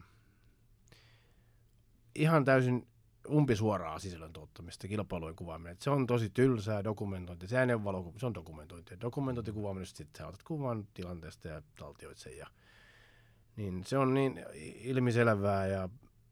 ihan täysin umpisuoraa sisällön tuottamista, kilpailujen kuvaaminen. Et se on tosi tylsää dokumentointia. Sehän ei ole valokuva, se on dokumentointia. Dokumentointikuvaaminen, sitten sä otat kuvan tilanteesta ja taltioit sen. Niin se on niin ilmiselvää ja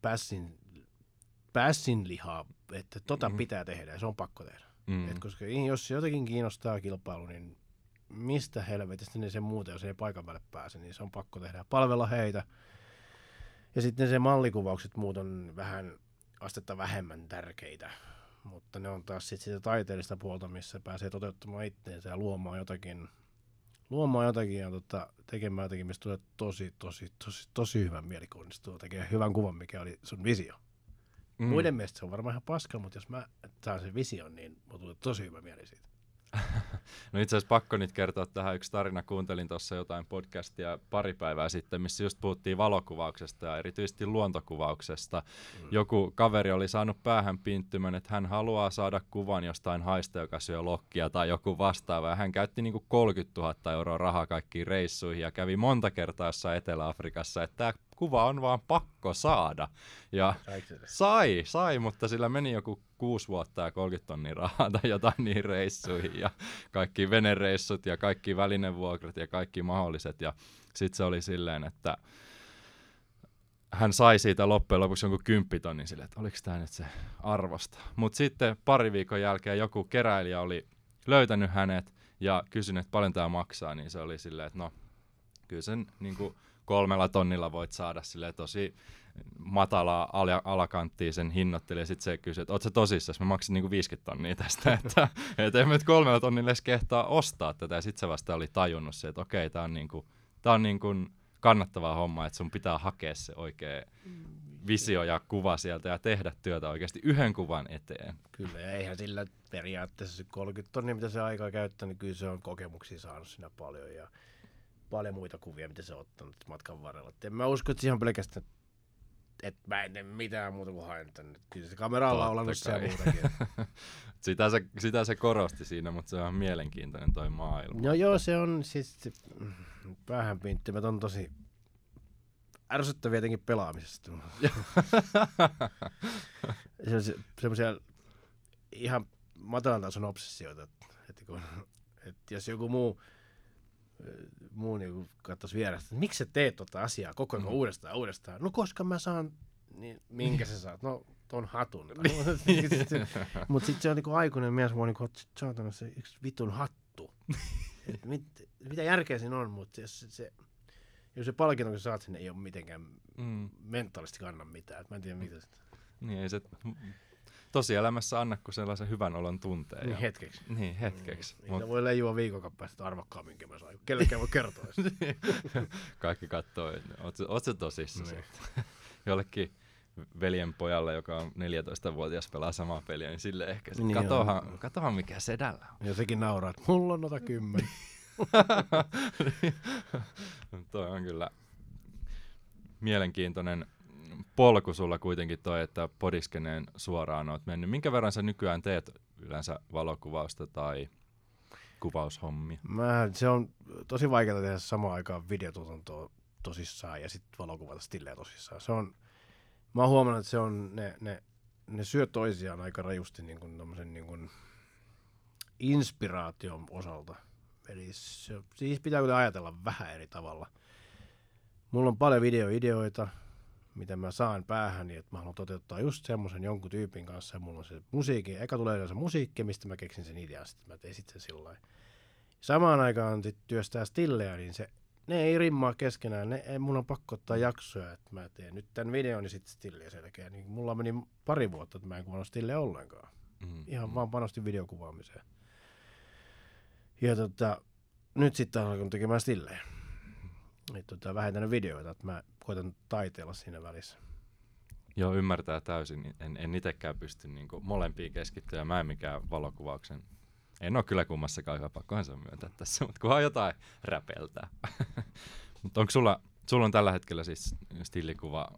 pässin lihaa, että pitää tehdä ja se on pakko tehdä. Et koska jos jotenkin kiinnostaa kilpailu, niin mistä helvetistä ne sen muuta, jos ei paikan päälle pääse, niin se on pakko tehdä ja palvella heitä. Ja sitten se mallikuvaukset muut on vähän astetta vähemmän tärkeitä, mutta ne on taas sit sitä taiteellista puolta, missä pääsee toteuttamaan itteensä ja luomaan jotakin ja tekemään jotakin, mistä tulee tosi hyvän mielikuunnistua, tekee hyvän kuvan, mikä oli sun visio. Muiden mielestä se on varmaan ihan paska, mutta jos mä saan sen vision, niin mulla tulee tosi hyvä mieli siitä. No itse asiassa pakko nyt kertoa tähän yksi tarina. Kuuntelin tuossa jotain podcastia pari päivää sitten, missä just puhuttiin valokuvauksesta ja erityisesti luontokuvauksesta. Joku kaveri oli saanut päähän pinttymän, että hän haluaa saada kuvan jostain haista, joka syö lokkia tai joku vastaava. Ja hän käytti niinku 30 000 euroa rahaa kaikkiin reissuihin ja kävi monta kertaa jossain Etelä-Afrikassa, että tämä kuva on vaan pakko saada. Ja sai, mutta sillä meni joku 6 vuotta ja 30 tonnia rahaa tai jotain niihin reissuihin ja kaikki venereissut ja kaikki välinevuokrat ja kaikki mahdolliset. Ja sitten se oli silleen, että hän sai siitä loppujen lopuksi jonkun 10 tonnin silleen, että oliko tämä nyt se arvosta. Mutta sitten pari viikon jälkeen joku keräilijä oli löytänyt hänet ja kysynyt, että paljon tämä maksaa, niin se oli silleen, että no kyllä sen niinku 3 tonnilla voit saada silleen tosi matalaa alakanttia sen hinnoitteli ja sitten se kysyi, että oot sä tosissaan, mä maksin niinku 50 tonnia tästä, että ei me nyt 3 tonnilla edes kehtaa ostaa tätä ja sitten se vasta oli tajunnut se, että okei, tää on niinku kannattavaa homma, että sun pitää hakea se oikea visio ja kuva sieltä ja tehdä työtä oikeasti yhden kuvan eteen. Kyllä, ja eihän sillä periaatteessa se 30 tonnia, mitä se aikaa käyttää, niin kyllä se on kokemuksia saanut siinä paljon ja paljon muita kuvia, mitä se on ottanut matkan varrella. Et en mä usko, että siihen on pelkästään, että mä en tee mitään muuta kuin haen tänne. Kyllä se kameralla on olannut siellä muutakin. Sitä se korosti siinä, mutta se on mielenkiintoinen toi maailma. No joo, se on siis päähänpinttymät on tosi ärsyttäviä jotenkin pelaamisesta. Se on semmoisia ihan matalan tason obsessioita, että jos joku muu niin katsoisi vierestä, että miksi sä teet tota asiaa koko ajan uudestaan? No koska mä saan, niin minkä sä saat? No ton hatun. Mutta sitten se on niinku aikuinen mies, mä oon niinku, että saatana se yksi vitun hattu. Mitä järkeä siinä on, mutta jos se palkinto, kun sä saat sinne, ei ole mitenkään mentaalisesti kanna mitään. Et mä en tiedä mitä sitä. Niin ei se tosielämässä anna kuin sellaisen hyvän olon tunteen. Niin hetkeksi. Niin hetkeksi. Niitä voi leijua viikon päästä, että arvakkaa minkä mä sain. Kellekään voi kertoa. Kaikki katsoo, oot se tosissaan. Jollekin veljenpojalle, joka on 14-vuotias, pelaa samaa peliä, niin sille ehkä niin katohan mikä sedällä on. Ja sekin nauraa, että mulla on 10. Toi on kyllä mielenkiintoinen polku sulla kuitenkin toi, että Bodyskeneen suoraan oot mennyt. Minkä verran sä nykyään teet yleensä valokuvausta tai kuvaushommia? Se on tosi vaikeaa tehdä samaan aikaan videotuotantoa tosissaan ja sitten valokuvata stilleen tosissaan. Mä oon huomannut, että se on, ne syö toisiaan aika rajusti niin kuin inspiraation osalta. Eli siis pitää kyllä ajatella vähän eri tavalla. Mulla on paljon videoideoita, mitä mä saan päähän, niin että mä haluan toteuttaa just semmoisen jonkun tyypin kanssa. Ja mulla on se musiikki, eka tulee se musiikki, mistä mä keksin sen idean, sitten mä tein sen sillä lailla. Samaan aikaan työstää stilleä, niin ne ei rimmaa keskenään. Mun on pakko ottaa jaksoja, että mä teen nyt tämän videon ja sitten stilleä selkeä. Niin mulla meni 2 vuotta, että mä en kuvannut stilleä ollenkaan. Ihan vaan panostin videokuvaamiseen. Ja nyt sitten alkanut tekemään stilleä. Vähentänyt videoita, että mä koitan taiteella siinä välissä. Joo, ymmärtää täysin. En itsekään pysty niinku molempiin keskittyä. Mä en mikään valokuvauksen. En ole kyllä kummassakaan hyvä, pakkohan se myöntää tässä, mutta kunhan jotain räpeltää. Mutta onko sulla on tällä hetkellä siis stillikuva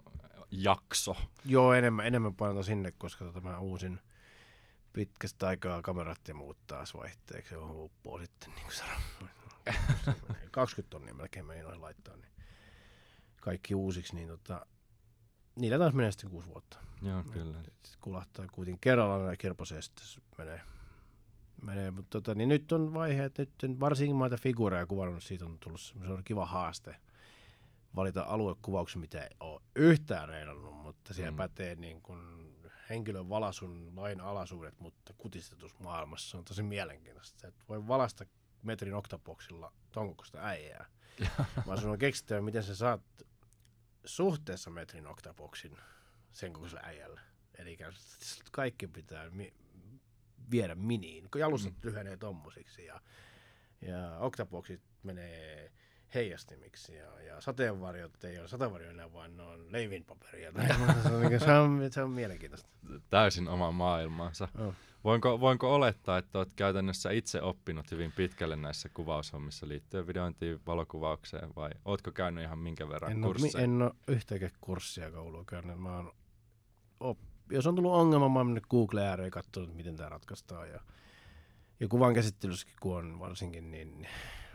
jakso. Joo, enemmän painotan sinne, koska mä uusin pitkästä aikaa kamerat ja muut taas vaihteeksi. Se on huppoo sitten, niin kuin sanoin. 20 tonnia melkein meni noihin laittaa, niin kaikki uusiksi, niin niillä taas menee sitten 6 vuotta. Joo, kyllä. Kulahtaa kuitenkin kerralla ja kirposeen sitten menee. Mutta niin nyt on vaihe, että nyt varsinkin mä oon figuureja kuvannut, siitä on tullut se on kiva haaste valita aluekuvauksia, mitä ei ole yhtään reilannut, mutta siellä pätee niin kuin henkilön valaisun lain alaisuudet, mutta kutistetussa maailmassa se on tosi mielenkiintoista. Että voi valasta metrin oktaboksilla ton kokoista äijää. Vaan sun on keksittävä, miten sä saat suhteessa metrin oktaboksin sen kokoisella äijällä. Eli kaikki pitää viedä miniin. Jalustat lyhenee tommosiksi ja oktaboksit menee heijastimiksi ja sateenvarjot ei ole sateenvarjoina, vaan ne on leivinpaperia. Se on mielenkiintoista. Täysin oma maailmansa. Oh. Voinko olettaa, että olet käytännössä itse oppinut hyvin pitkälle näissä kuvaushommissa liittyen videointiin, valokuvaukseen, vai ootko käynyt ihan minkä verran kursseja? En ole yhtäkään kurssia koulua käynyt. Jos on tullut ongelma, mä oon mennyt Google ääreen ja katsonut, miten tämä ratkaistaan. Ja kuvan käsittelyssäkin, kun on varsinkin, niin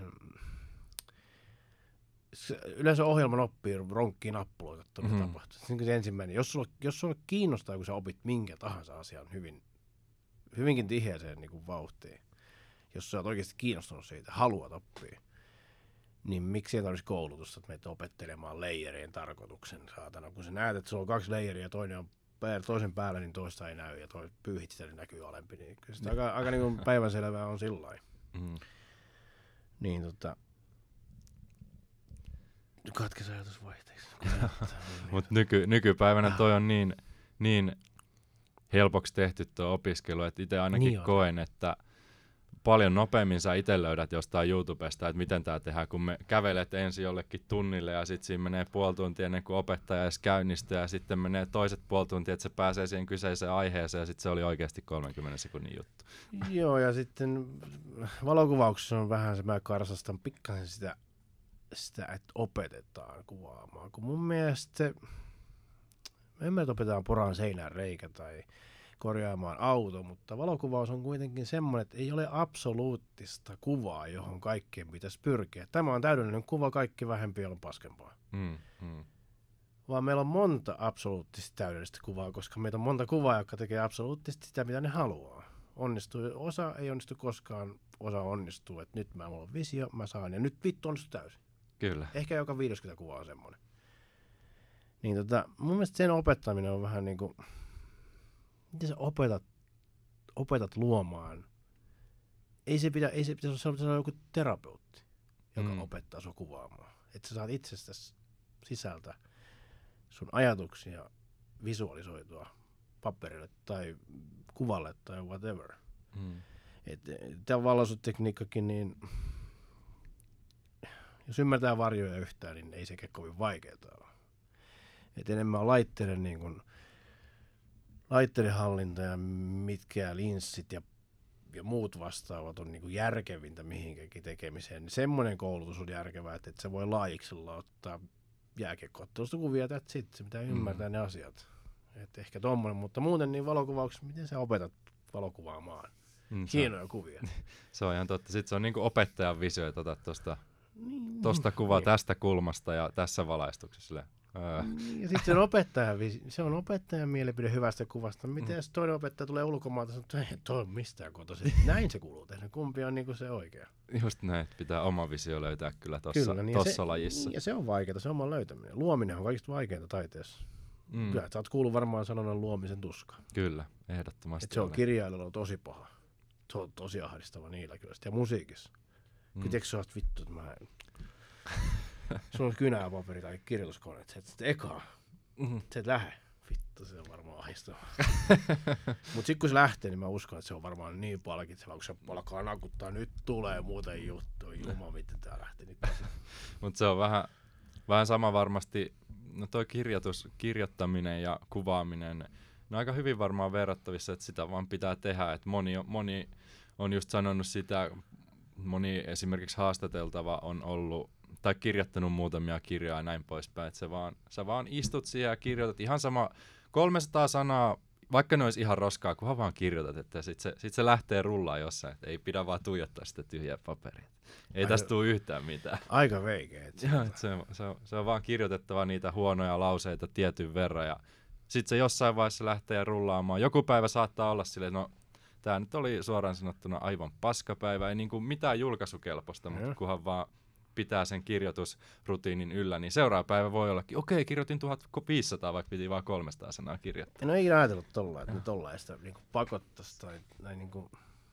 yleensä ohjelman oppii ronkkii nappuloita, että tapahtuu. Se ensimmäinen. Jos sulla kiinnostaa, kun sä opit minkä tahansa asian hyvinkin tiheäseen niin kuin vauhtiin, jos sä oot oikeasti kiinnostunut siitä, haluat oppia, niin miksi ei tarvitsisi koulutusta, että meitä opettelemaan layerien tarkoituksen, saatana. Kun sä näet, että sulla on 2 layeria ja toinen on toisen päällä, niin toista ei näy ja pyyhit sitä, niin näkyy alempi. Niin kyllä sitä aika niin kuin päivänselvää on sillä lailla. Niin katkes ajatus vaihteeksi. Mutta nykypäivänä toi on niin helpoksi tehty tuo opiskelu, että itse ainakin koen, että paljon nopeammin sä itse löydät jostain YouTubesta, että miten tää tehdään, kun me kävelet ensin jollekin tunnille ja sitten siinä menee puoli tuntia ennen kuin opettaja edes käynnistää ja sitten menee toiset puoli tuntia, että se pääsee siihen kyseiseen aiheeseen ja sitten se oli oikeasti 30 sekunnin juttu. Joo, ja sitten valokuvauksessa on vähän se, mä karsastan pikkasen sitä, että opetetaan kuvaamaan, kun mun mielestä me emme opetetaan poraan seinään reikä tai korjaamaan auto, mutta valokuvaus on kuitenkin semmoinen, että ei ole absoluuttista kuvaa, johon kaikkeen pitäisi pyrkiä. Tämä on täydellinen kuva, kaikki vähempi on paskempaa. Vaan meillä on monta absoluuttisesti täydellistä kuvaa, koska meitä on monta kuvaa, jotka tekee absoluuttisesti sitä, mitä ne haluaa. Osa ei onnistu koskaan, osa onnistuu, että nyt mulla on visio, mä saan, ja nyt vittu onnistuu täysin. Kyllä. Ehkä joka 50 kuvaa on semmoinen. Niin mun mielestä sen opettaminen on vähän niin kuin, miten sä opetat luomaan. Ei se pitäisi olla joku terapeutti, joka opettaa sua kuvaamaan. Että sä saat itsestäsi sisältä sun ajatuksia visualisoitua paperille tai kuvalle tai whatever. Tämä valaisutekniikkakin, niin jos ymmärtää varjoja yhtään, niin ei sekään kovin vaikeaa ole. Et enemmän on laitteiden niin kuin laitteiden ja mitkä linssit ja muut vastaavat on niin kuin järkevintä mihinkäkin tekemiseen. Niin semmoinen koulutus on järkevää, että se voi laajiksella ottaa jääkiekkoottelusta kuvia, että sitten se pitää ymmärtää ne asiat. Et ehkä tommoinen, mutta muuten niin valokuvauksessa, miten sä opetat valokuvaamaan? Hienoja kuvia. Se on ihan totta. Sitten se on niin kuin opettajan visio, että otat tosta kuvaa tästä kulmasta ja tässä valaistuksessa. Ja sitten se on opettajan mielipide hyvästä kuvasta. Miten jos toinen opettaja tulee ulkomailta ja sanoo, että ei toi on mistään kotoisin. Näin se kuuluu tehdä. Kumpi on niinku se oikea? Just näin, että pitää oma visio löytää kyllä tossa lajissa. Ja se on vaikeaa, se oman löytäminen. Luominen on kaikista vaikeinta taiteessa. Kyllä, sä oot kuullut varmaan sanonnan luomisen tuska. Kyllä, ehdottomasti. Että se on kirjailijoilla tosi paha. Se on tosi ahdistava niillä kyllä. Ja musiikissa. Tiedätkö sä oot vittu, että mä sulla on kynäpaperi tai kirjoituskone, että sä et sä et lähde. Vittu, se on varmaan ahdistavaa. Mut sit kun se lähtee, niin mä uskon, että se on varmaan niin palkitsevaa, kun se alkaa nakuttaa, nyt tulee muuten juttu. Jumala, miten tää lähtee nyt. Mut se on vähän sama varmasti, no toi kirjoittaminen ja kuvaaminen, ne on aika hyvin varmaan verrattavissa, että sitä vaan pitää tehdä, että moni on just sanonut sitä, moni esimerkiksi haastateltava on ollut tai kirjoittanut muutamia kirjoja ja näin poispäin, että sä vaan istut siihen ja kirjoitat ihan sama 300 sanaa, vaikka ne olisi ihan roskaa, kunhan vaan kirjoitat, että sit se lähtee rullaan jossain, että ei pidä vaan tuijottaa sitä tyhjää paperia. Ei tästä tule yhtään mitään. Aika veikeä. Se on vaan kirjoitettava niitä huonoja lauseita tietyn verran ja sitten se jossain vaiheessa lähtee rullaamaan. Joku päivä saattaa olla silleen, no tää nyt oli suoraan sanottuna aivan paskapäivä, ei niinku mitään julkaisukelpoista, mutta kunhan vaan pitää sen kirjoitusrutiinin yllä, niin seuraava päivä voi ollakin, okei, kirjoitin 1500, vaikka piti vaan 300 sanaa kirjoittaa. En ole ikinä ajatellut tollain, että tollaista niinku pakottaisi tai niinku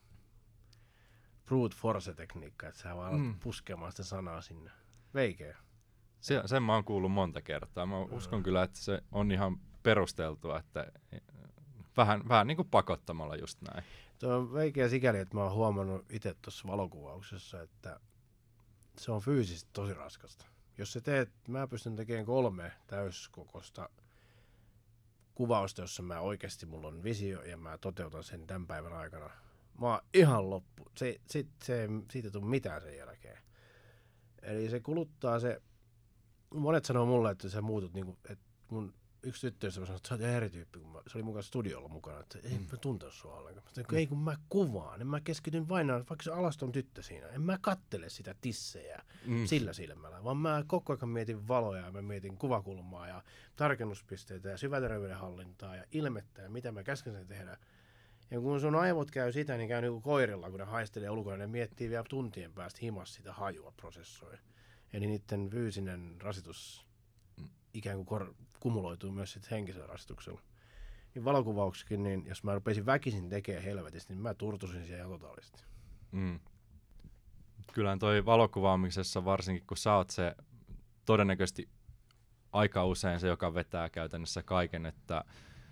brute force-tekniikka, että sä vaan alat puskemaan sitä sanaa sinne. Veikeä. Sen mä oon kuullut monta kertaa. Mä uskon kyllä, että se on ihan perusteltua, että vähän niin kuin pakottamalla just näin. Tuo on veikeä sikäli, että mä oon huomannut itse tuossa valokuvauksessa, että se on fyysisesti tosi raskasta. Jos sä teet, mä pystyn tekemään 3 täyskokosta kuvausta, jossa mulla on visio ja mä toteutan sen tämän päivän aikana. Mä oon ihan loppu. Siitä ei tule mitään sen jälkeen. Eli se kuluttaa se. Monet sanoo mulle, että sä muutut niinku, että mun yksi tyttöystävä sanoi, että sä oot eri tyyppi, kun se oli mukaan studiolla mukana, että ei mä tuntea sua ollenkaan. Ei kun mä kuvaan, mä keskityn vain, vaikka se alaston tyttö siinä, en mä kattele sitä tissejä sillä silmällä, vaan mä koko ajan mietin valoja ja mä mietin kuvakulmaa ja tarkennuspisteitä ja syväterveydenhallintaa ja ilmettä ja mitä mä käsken sen tehdä. Ja kun sun aivot käy sitä, niin käy niinku koirilla, kun ne haistelee ulkona, ne miettii vielä tuntien päästä himas sitä hajua prosessoi. Eli niiden fyysinen rasitus ikään kuin kumuloituu myös sit henkisellä rasituksella. Niin valokuvauksikin, niin jos mä rupeisin väkisin tekemään helvetistä, niin mä turtuisin siellä ihan totaalisesti. Kyllähän toi valokuvaamisessa varsinkin, kun sä oot se todennäköisesti aika usein se, joka vetää käytännössä kaiken, että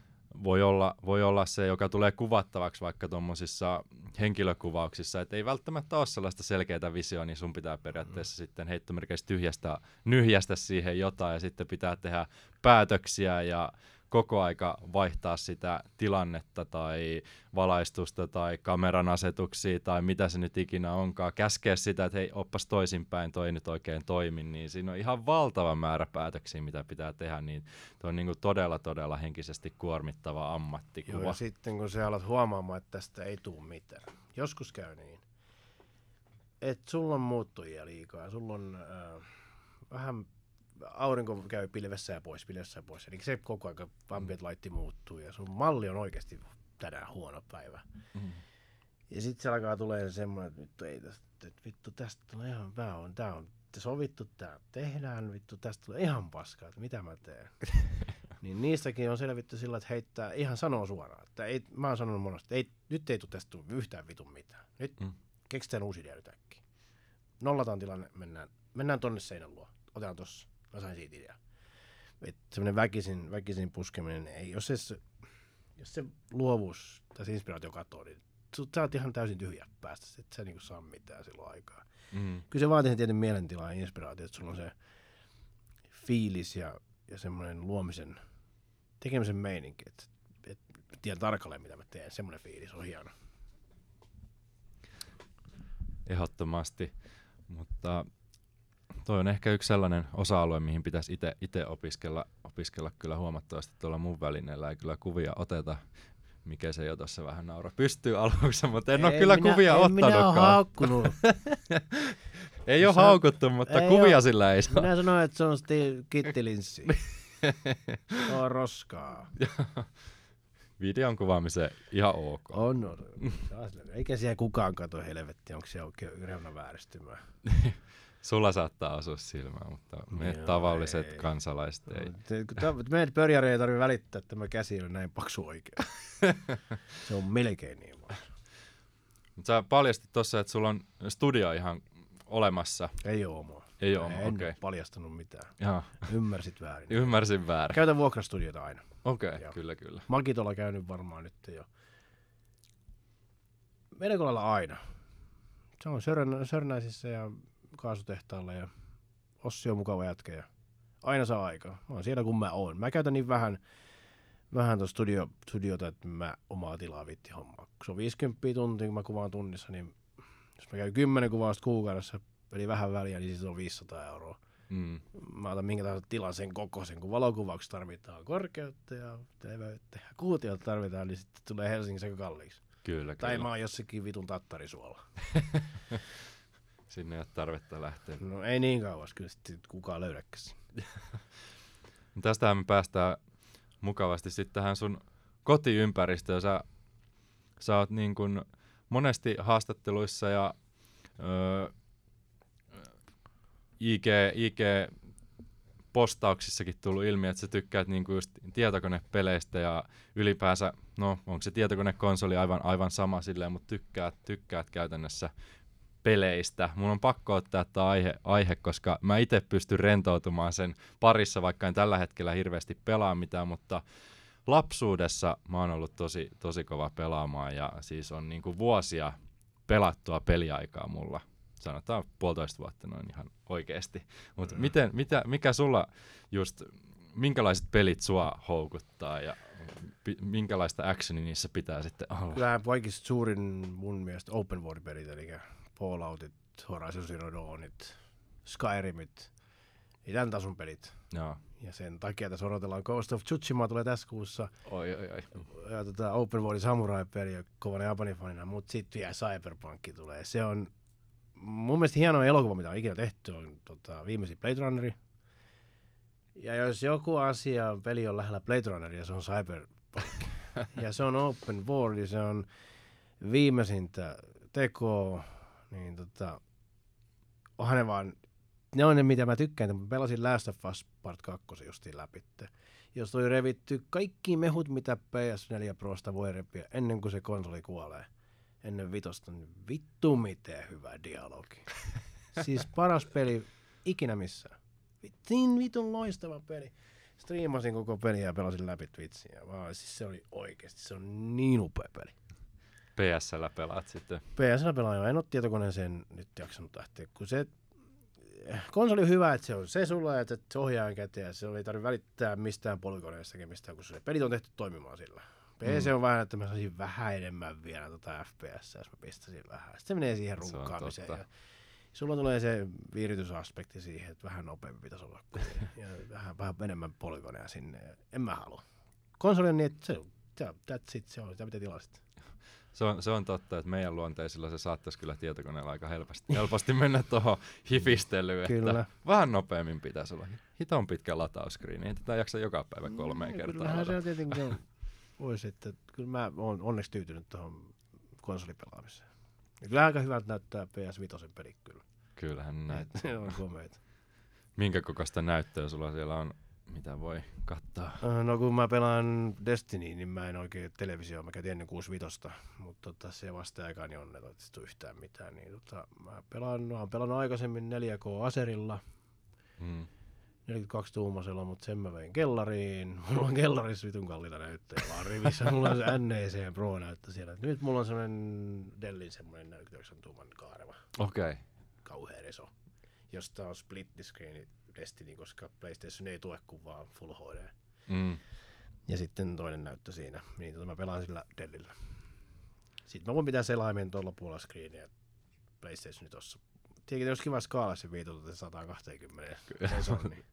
voi olla se, joka tulee kuvattavaksi vaikka tuommoisissa henkilökuvauksissa, että ei välttämättä ole sellaista selkeää visioa, niin sun pitää periaatteessa sitten heittomerkeissä nyhjästä siihen jotain ja sitten pitää tehdä päätöksiä ja koko aika vaihtaa sitä tilannetta tai valaistusta tai kameran asetuksia tai mitä se nyt ikinä onkaan, käskeä sitä, että hei, oppas toisinpäin, toi nyt oikein toimi, niin siinä on ihan valtava määrä päätöksiä, mitä pitää tehdä, niin tuo on niin kuin todella henkisesti kuormittava ammattikuva. Joo, ja sitten kun sä alat huomaamaan, että tästä ei tule mitään, joskus käy niin, että sulla on muuttujia liikaa, sulla on vähän aurinko käy pilvessä ja pois, eli se koko ajan ambient light muuttuu ja sun malli on oikeasti tänään huono päivä. Ja sitten se alkaa tulee semmoinen, että vittu tästä tulee ihan, tää on sovittu, tää tehdään, vittu tästä tulee ihan paskaa, että mitä mä teen. Niin niistäkin on selvitty sillä, että heittää, ihan sanoo suoraan, että mä oon sanonut monesti, että nyt ei tule tästä yhtään vitun mitään. Nyt keksitään uusi idea nyt äkkiä. Nollataan tilanne, mennään tonne seinän luo, otetaan tossa. Mä sain siitä idea. Että semmoinen väkisin puskeminen, ei, jos se luovuus tai se inspiraatio katoo, niin sä oot ihan täysin tyhjä päästä, että sä niinku saa mitään silloin aikaa. Kyllä se vaatii sen tietyn mielentila ja inspiraatio, että sulla on se fiilis ja semmoinen luomisen, tekemisen meininki, että tiedän tarkalleen mitä mä teen, semmoinen fiilis on hieno. Ehdottomasti, mutta toi on ehkä yksi sellainen osa-alue, mihin pitäisi itse opiskella kyllä huomattavasti tuolla mun välineellä. Ei kyllä kuvia oteta, mikä se jo tuossa vähän naura pystyy aluksi, mutta en ole kyllä kuvia ottanutkaan. Minä ole haukkunut. Ei ole haukuttu, mutta ei kuvia ole. Sillä ei saa. Minä sanoin, että se on kittilinssi. Se on roskaa. Videon kuvaamiseen ihan ok. On. Eikä siellä kukaan katso helvettiä, onko se oikein reunavääristymää. Sulla saattaa asua silmään, mutta me tavalliset kansalaiset ei. Meidän pörjäriä ei tarvitse välittää, että tämä käsi on näin paksu oikein. Se on melkein niin vaan. Sä paljastit tuossa, että sulla on studio ihan olemassa. Ei ole omaa. Ei ole omaa, okei. Okay. En paljastanut mitään. Jaa. Ymmärsit väärin. Ymmärsin väärin. Käytän vuokrastudiota aina. Okei, okay, kyllä. Magitolla käynyt varmaan nyt jo. Melko lailla aina. Se on Sörnäisissä ja kaasutehtaalla ja Ossi on mukava jätkä ja aina saa aikaa. Mä oon siellä kun mä oon. Mä käytän niin vähän tuossa studiota, että mä omaa tilaa hommaa. Kun se on 50 tuntia, kun mä kuvaan tunnissa, niin jos mä käyn 10 kuvausta kuukaudessa eli vähän väliä, niin siis on 500 euroa. Mm. Mä otan minkä tahansa tilan sen kokoisen, kun valokuvauksessa tarvitaan korkeutta ja leveyttä ja kuutiota tarvitaan, niin sitten tulee Helsingissä aika kalliiksi. Kyllä, Tai kyllä. mä oon jossakin vitun Tattarisuolla. Sinne ei ole tarvetta lähteä. No ei niin kauas, kyllä sitten kukaan löydäkäs. Tästähän me päästään mukavasti sitten tähän sun kotiympäristöön. Sä oot niin kuin monesti haastatteluissa ja IG-postauksissakin tullut ilmi, että sä tykkäät niinku just tietokonepeleistä ja ylipäänsä, no onko se tietokonekonsoli aivan sama silleen, mutta tykkäät käytännössä peleistä. Mun on pakko ottaa tämä aihe, koska mä itse pystyn rentoutumaan sen parissa, vaikka en tällä hetkellä hirveästi pelaa mitään, mutta lapsuudessa mä oon ollut tosi kova pelaamaan ja siis on niinku vuosia pelattua peliaikaa mulla. Sanotaan 1,5 vuotta noin ihan oikeesti. Mutta mikä sulla just, minkälaiset pelit sua houkuttaa ja minkälaista actionia niissä pitää sitten olla? Kyllähän kaikista suurin mun mielestä open world pelit, eli Falloutit, Horizon Zero Dawnit, Skyrimit, niin tämän tason pelit. Joo. Ja sen takia tässä odotellaan Ghost of Tsushima tulee tässä kuussa. Oi. Ja Open World Samurai-peli on kovana Japanifanina, mutta sitten vielä Cyberpunk tulee. Se on mun mielestä hieno elokuva, mitä on ikinä tehty, on viimeisin Blade Runneri. Ja jos joku peli on lähellä Blade Runneria, se on Cyberpunk. Ja se on Open World, se on viimeisintä tekoa, niin onhan ne vaan, ne on ne mitä mä tykkään. Mä pelasin Last of Us Part 2 justiin läpi. Jos oli revitty kaikki mehut, mitä PS4 Prosta voi repiä ennen kuin se konsoli kuolee. Ennen vitosta, niin vittu miten hyvä dialogi. Siis paras peli ikinä missään. Niin vitun loistava peli. Striimasin koko peliä ja pelasin läpi Twitchiä. Siis se oli oikeesti, se on niin upea peli. PS:llä pelaat sitten? PS:llä pelaan jo, en ole tietokoneeseen nyt jaksanut lähteä, kun se konsoli on hyvä, että se on se sulla, että se ohjaajan käteen ja se ei tarvitse välittää mistään polygoneista mistään, kun se pelit on tehty toimimaan sillä. PC on vähän, että mä saisin vähän enemmän vielä FPS, jos mä pistäisin vähän. Sitten se menee siihen runkkaamiseen. Ja sulla tulee se viiritysaspekti siihen, että vähän nopeampi pitäisi olla ja vähän enemmän polygoneja sinne. Ja en mä halua. Konsoli on niin, että that's it, se on sitä mitä tilasit. Se on totta, että meidän luonteisilla se saattaisi kyllä tietokoneella aika helposti mennä tuohon hifistelyyn. Kyllä. Vähän nopeammin pitäisi olla. Hiton pitkä latauskriini, ei tätä jaksa joka päivä 3 kertaa. Kyllähän se on tietenkin voisi, että kyllä mä oon onneksi tyytynyt tuohon konsolipelaamiseen. Ja kyllä aika hyvältä näyttää PS5 peli kyllä. Kyllähän näyttää. Se on komeita. Minkä kokoista näyttöä sulla siellä on? Mitä voi katsoa? No kun mä pelaan Destiny, niin mä en oikein televisioon, mä käytin ennen 65, mutta se vasta aikaan niin onnetonta yhtään mitään. Niin, mä oon pelannut aikaisemmin 4K Acerilla, 42-tuumaisella, mutta sen mä vein kellariin. Mulla on kellarissa vitun kalliita näyttöjä vaan rivissä. Mulla on se NEC Pro-näyttö siellä. Nyt mulla on semmoinen Dellin semmoinen 49-tuuman kaareva. Okei. Kauhea reso. Josta on split screen Destiny, koska PlayStation ei tue kuvaa Full HD. Ja sitten toinen näyttö siinä. Niin mä pelaan sillä Dellillä. Sitten mä voin pitää selaimen tuolla puolella screeniä PlayStationi tossa. Tietenkin olisi kiva skaala se viitota 120. Se on niin.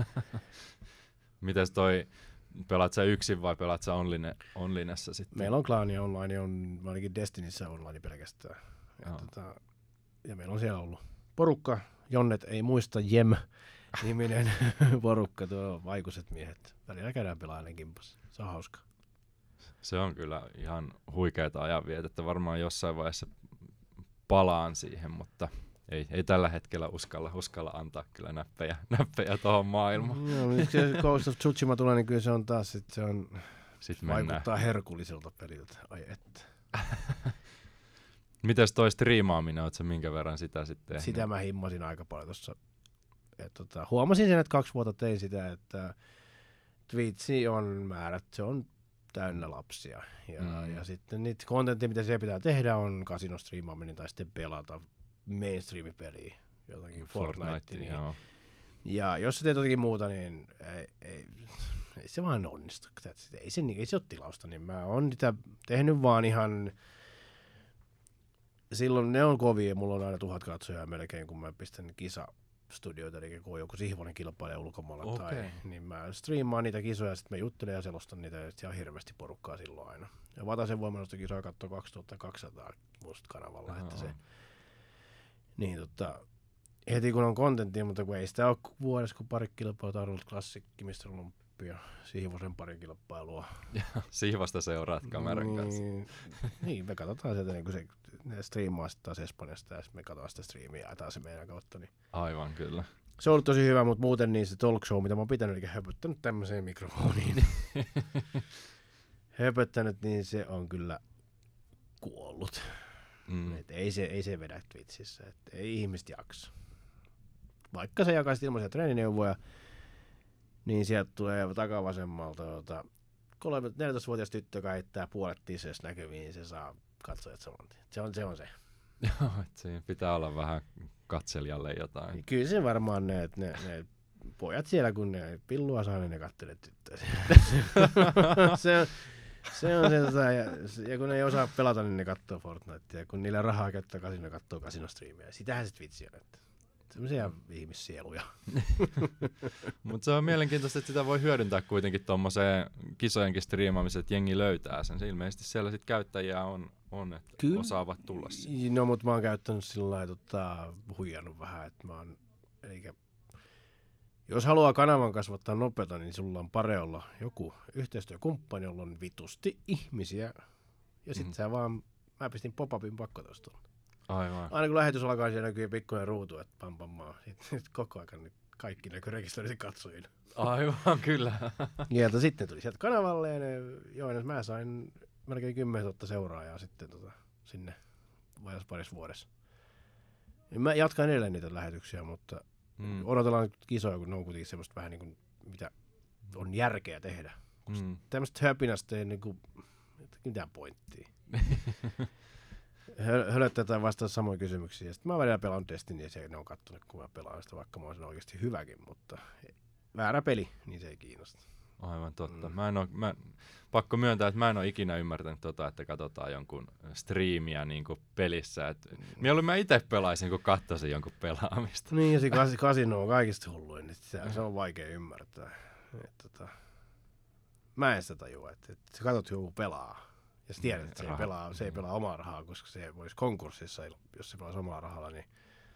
Mites pelaat sä yksin vai pelaat sä onlinessa sitten? Meillä on klaani online, on ainakin Destinissä online pelkästään. Ja meillä on siellä ollut porukka, Jonnet ei muista Jem-niminen porukka, tuo vaikuiset miehet. Välillä käydään pelaajan kimpassa. Se on hauska. Se on kyllä ihan huikeata ajanvietettä. Varmaan jossain vaiheessa palaan siihen, mutta ei tällä hetkellä uskalla antaa kyllä näppejä tuohon maailmaan. Joo, nyt se Ghost of Tsushima tulee, niin kyllä se on taas, että se on vaikuttaa mennään herkulliselta peliltä. Ai että. Mites toi striimaaminen, oot sä minkä verran sitä sitten tehnyt? Sitä mä himmasin aika paljon tuossa. Huomasin sen, että 2 vuotta tein sitä, että Twitchi on määrät, se on täynnä lapsia. Ja sitten niitä kontenttia, mitä siellä pitää tehdä, on kasinostriimaaminen tai sitten pelata mainstream-peliä, jotakin Fortnite. Niin. Ja jos sä teet jotakin muuta, niin ei se vaan onnistu. Ei se ole tilausta, niin mä oon sitä tehnyt vaan ihan silloin ne on kovia, mulla on aina 1000 katsojaa melkein, kun mä pistän kisastudioita, eli kun on joku Sihvonen kilpailija ulkomailla tai, niin mä striimaan niitä kisoja, sitten mä juttelen ja selostan niitä, ja sitten on hirveästi porukkaa silloin aina. Ja Vatasen voimanostokisoja katsoo 2200 musta kanavalla, että se, niin heti kun on kontenttia, mutta kun ei sitä ole vuodessa, kun pari kilpailua, Arnold Classic, Mr. Olympia, Sihvosen pari kilpailua. Sihvosta seuraat kameran kanssa. Niin, me katsotaan sieltä, niin kun se ne striimaa sitten taas Espanjasta, ja sitten me katsotaan sitä striimiä ja taas se meidän kautta. Niin. Aivan, kyllä. Se on ollut tosi hyvä, mutta muuten niin se talk show, mitä mä oon pitänyt, eli höpöttänyt tämmöiseen mikrofoniin. Höpöttänyt, niin se on kyllä kuollut. Et ei se vedä Twitchissä, et ei ihmiset jaksa. Vaikka se jakaisi ilmaisia treenineuvoja, niin sieltä tulee takavasemmalta 14-vuotias tyttö, joka heittää puolet tisseistä näkyviin, niin se saa katsojat saman tien. Se on se. Joo, että siinä pitää olla vähän katselijalle jotain. Kyllä se varmaan ne pojat siellä, kun ne pillua saa, niin ne kattelee tyttöä. se on se, ja kun ne ei osaa pelata, niin ne katsoo Fortnitea, ja kun niillä rahaa käyttää kasino, ne katsoo kasinostriimiä. Sitähän se Twitch on, että sellaisia ihmissieluja. Mutta se on mielenkiintoista, että sitä voi hyödyntää kuitenkin tuommoiseen kisojenkin striimaamiseen, että jengi löytää sen. Se ilmeisesti siellä sit käyttäjiä on että kyllä osaavat tulla siihen. No, mutta mä oon käyttänyt sillä lailla huijannut vähän, että jos haluaa kanavan kasvattaa nopeata, niin sulla on pare olla joku yhteistyökumppani, jolla on vitusti ihmisiä. Ja sit mä pistin pop-upin pakkotostoon. Aivan. Aina kun lähetys alkaa, siellä näkyy pikkuinen ruutu, että pam. Sitten koko ajan niin kaikki näkyy rekisteröisin katsojille. Aivan, kyllä. Ja sitten tuli sieltä kanavalle ja mä sain melkein 10 000 seuraajaa sitten sinne parissa vuodessa. Ja mä jatkan edelleen niitä lähetyksiä, mutta odotellaan kisoja, kun ne on kuitenkin semmoista vähän niin kuin, mitä on järkeä tehdä. Tämmöistä höpinästä ei niin kuin, mitään pointtia. Hölöttää tai vastaa samoin kysymyksiä. Sitten mä välillä pelaan Destinyä ja ne on kattonut, kun mä pelaan sitä, vaikka mä olisin oikeasti hyväkin, mutta väärä peli, niin se ei kiinnosta. Aivan totta. Pakko myöntää, että mä en ole ikinä ymmärtänyt että katsotaan jonkun striimiä niin kuin pelissä. Mieluummin mä itse pelaisin, kun katsoisin jonkun pelaamista. Niin, ja se kasino on kaikista hulluin, niin se on vaikea ymmärtää. Mä en sitä tajua, että sä katsot joku pelaa. Ja sä tiedät, että se ei pelaa omaa rahaa, koska se voisi konkurssissa, jos se pelaisi omaa rahalla. Niin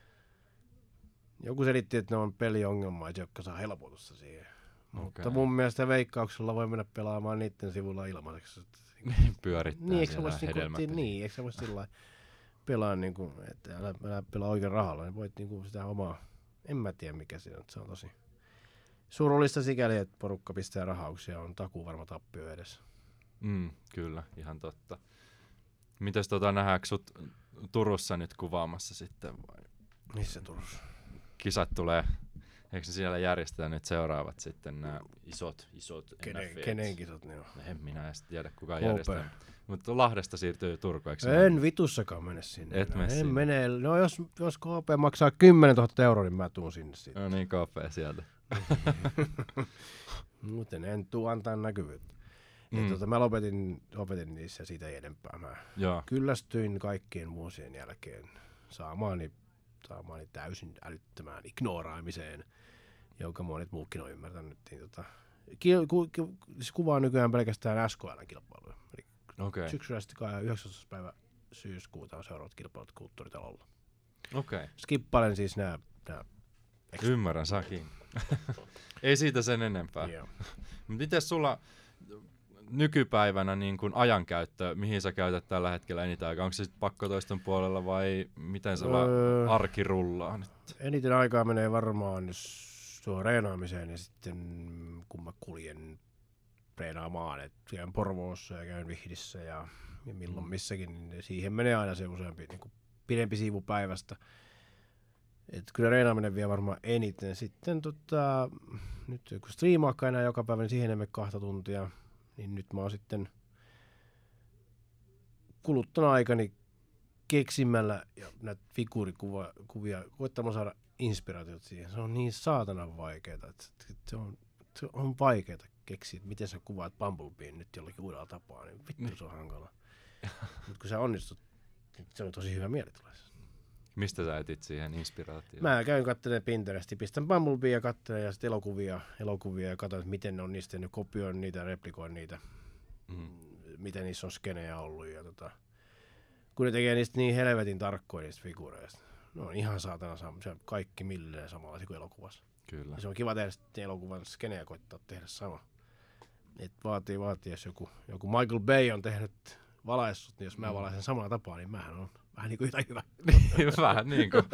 joku selitti, että ne on peliongelmaisia, jotka saa helpotusta siihen. Okay. Mutta mun mielestä Veikkauksella voi mennä pelaamaan niiden sivulla ilmaiseksi. Pyörittää siellä hedelmät. Niin, eikö sä vois sillä lailla pelaa, niin kuin, että älä pelaa oikein rahalla, niin voit niin kuin sitä omaa, en mä tiedä mikä siinä on, se on tosi surullista sikäli, että porukka pistää rahauksia, on takuvarma tappio edessä. Kyllä, ihan totta. Mites nähdäänkö sut Turussa nyt kuvaamassa sitten vai? Missä Turussa? Kisat tulee, eikö siellä järjestetään nyt seuraavat sitten nämä isot Kenen kisat ne on? En minä edes tiedä kuka järjestää. Mutta Lahdesta siirtyy Turku, eikö en vitussakaan mene sinne. En mene. No jos KP maksaa 10 000 €, niin mä tuun sinne sitten. No niin, KP sieltä. Muuten en tuu antaa näkyvyyttä. Mä lopetin niissä siitä enempää. Mä kyllästyin kaikkien vuosien jälkeen saamaani täysin älyttömään ignoraamiseen, jonka monet muukin on ymmärtänyt. Kuvaa nykyään pelkästään SKL-kilpailuja. Okay. Syksyllä sitten 19. päivä syyskuuta on seuraavat kilpailut Kulttuuritalolla. Okay. Skippailen siis nämä. Ymmärrän, sakin. Ei siitä sen enempää. Miten sulla nykypäivänä niin kun ajankäyttö, mihin sä käytät tällä hetkellä eniten aikaa? Onko se sitten pakkotoiston puolella vai miten sulla arki rullaa nyt? Eniten aikaa menee varmaan tuohon reenaamiseen ja sitten kun mä kuljen treenaamaan, että käyn Porvoossa ja käyn Vihdissä ja milloin missäkin, niin siihen menee aina se useampi niin kuin pidempi siivu päivästä. Et kyllä reenaaminen vie varmaan eniten. Sitten nyt kun striimaakka enää joka päivä, niin siihen ei mene 2 tuntia. Niin nyt mä oon sitten kuluttanut aikani keksimällä ja näitä figuurikuvia, koettamalla saada inspiraatiot siihen. Se on niin saatanan vaikeeta, että se on vaikeeta keksiä, että miten sä kuvaat Bumblebeen nyt jollakin uudella tapaa, niin vittu se on hankala. Mutta kun sä onnistut Se on tosi hyvä mielitila. Mistä sä etit siihen inspiraatioon? Mä käyn katselemaan Pinteresti, pistän Bumblebee ja katselen ja sitten elokuvia ja katson, että miten ne on niistä tehnyt, kopioin niitä, replikoin niitä, miten niissä on skenejä ollut. Ja kun ne tekee niistä niin helvetin tarkkoja niistä figuureista, ne on ihan saatana se kaikki milleen samanlaisia kuin elokuvassa. Kyllä. Ja se on kiva tehdä sitten elokuvan skenejä koittaa tehdä sama. Et vaatii, jos joku Michael Bay on tehnyt valaissut, niin jos mä valaisen samalla tapaa, niin mähän on vähän niin kuin yhtä hyvä. Vähän niin kuin.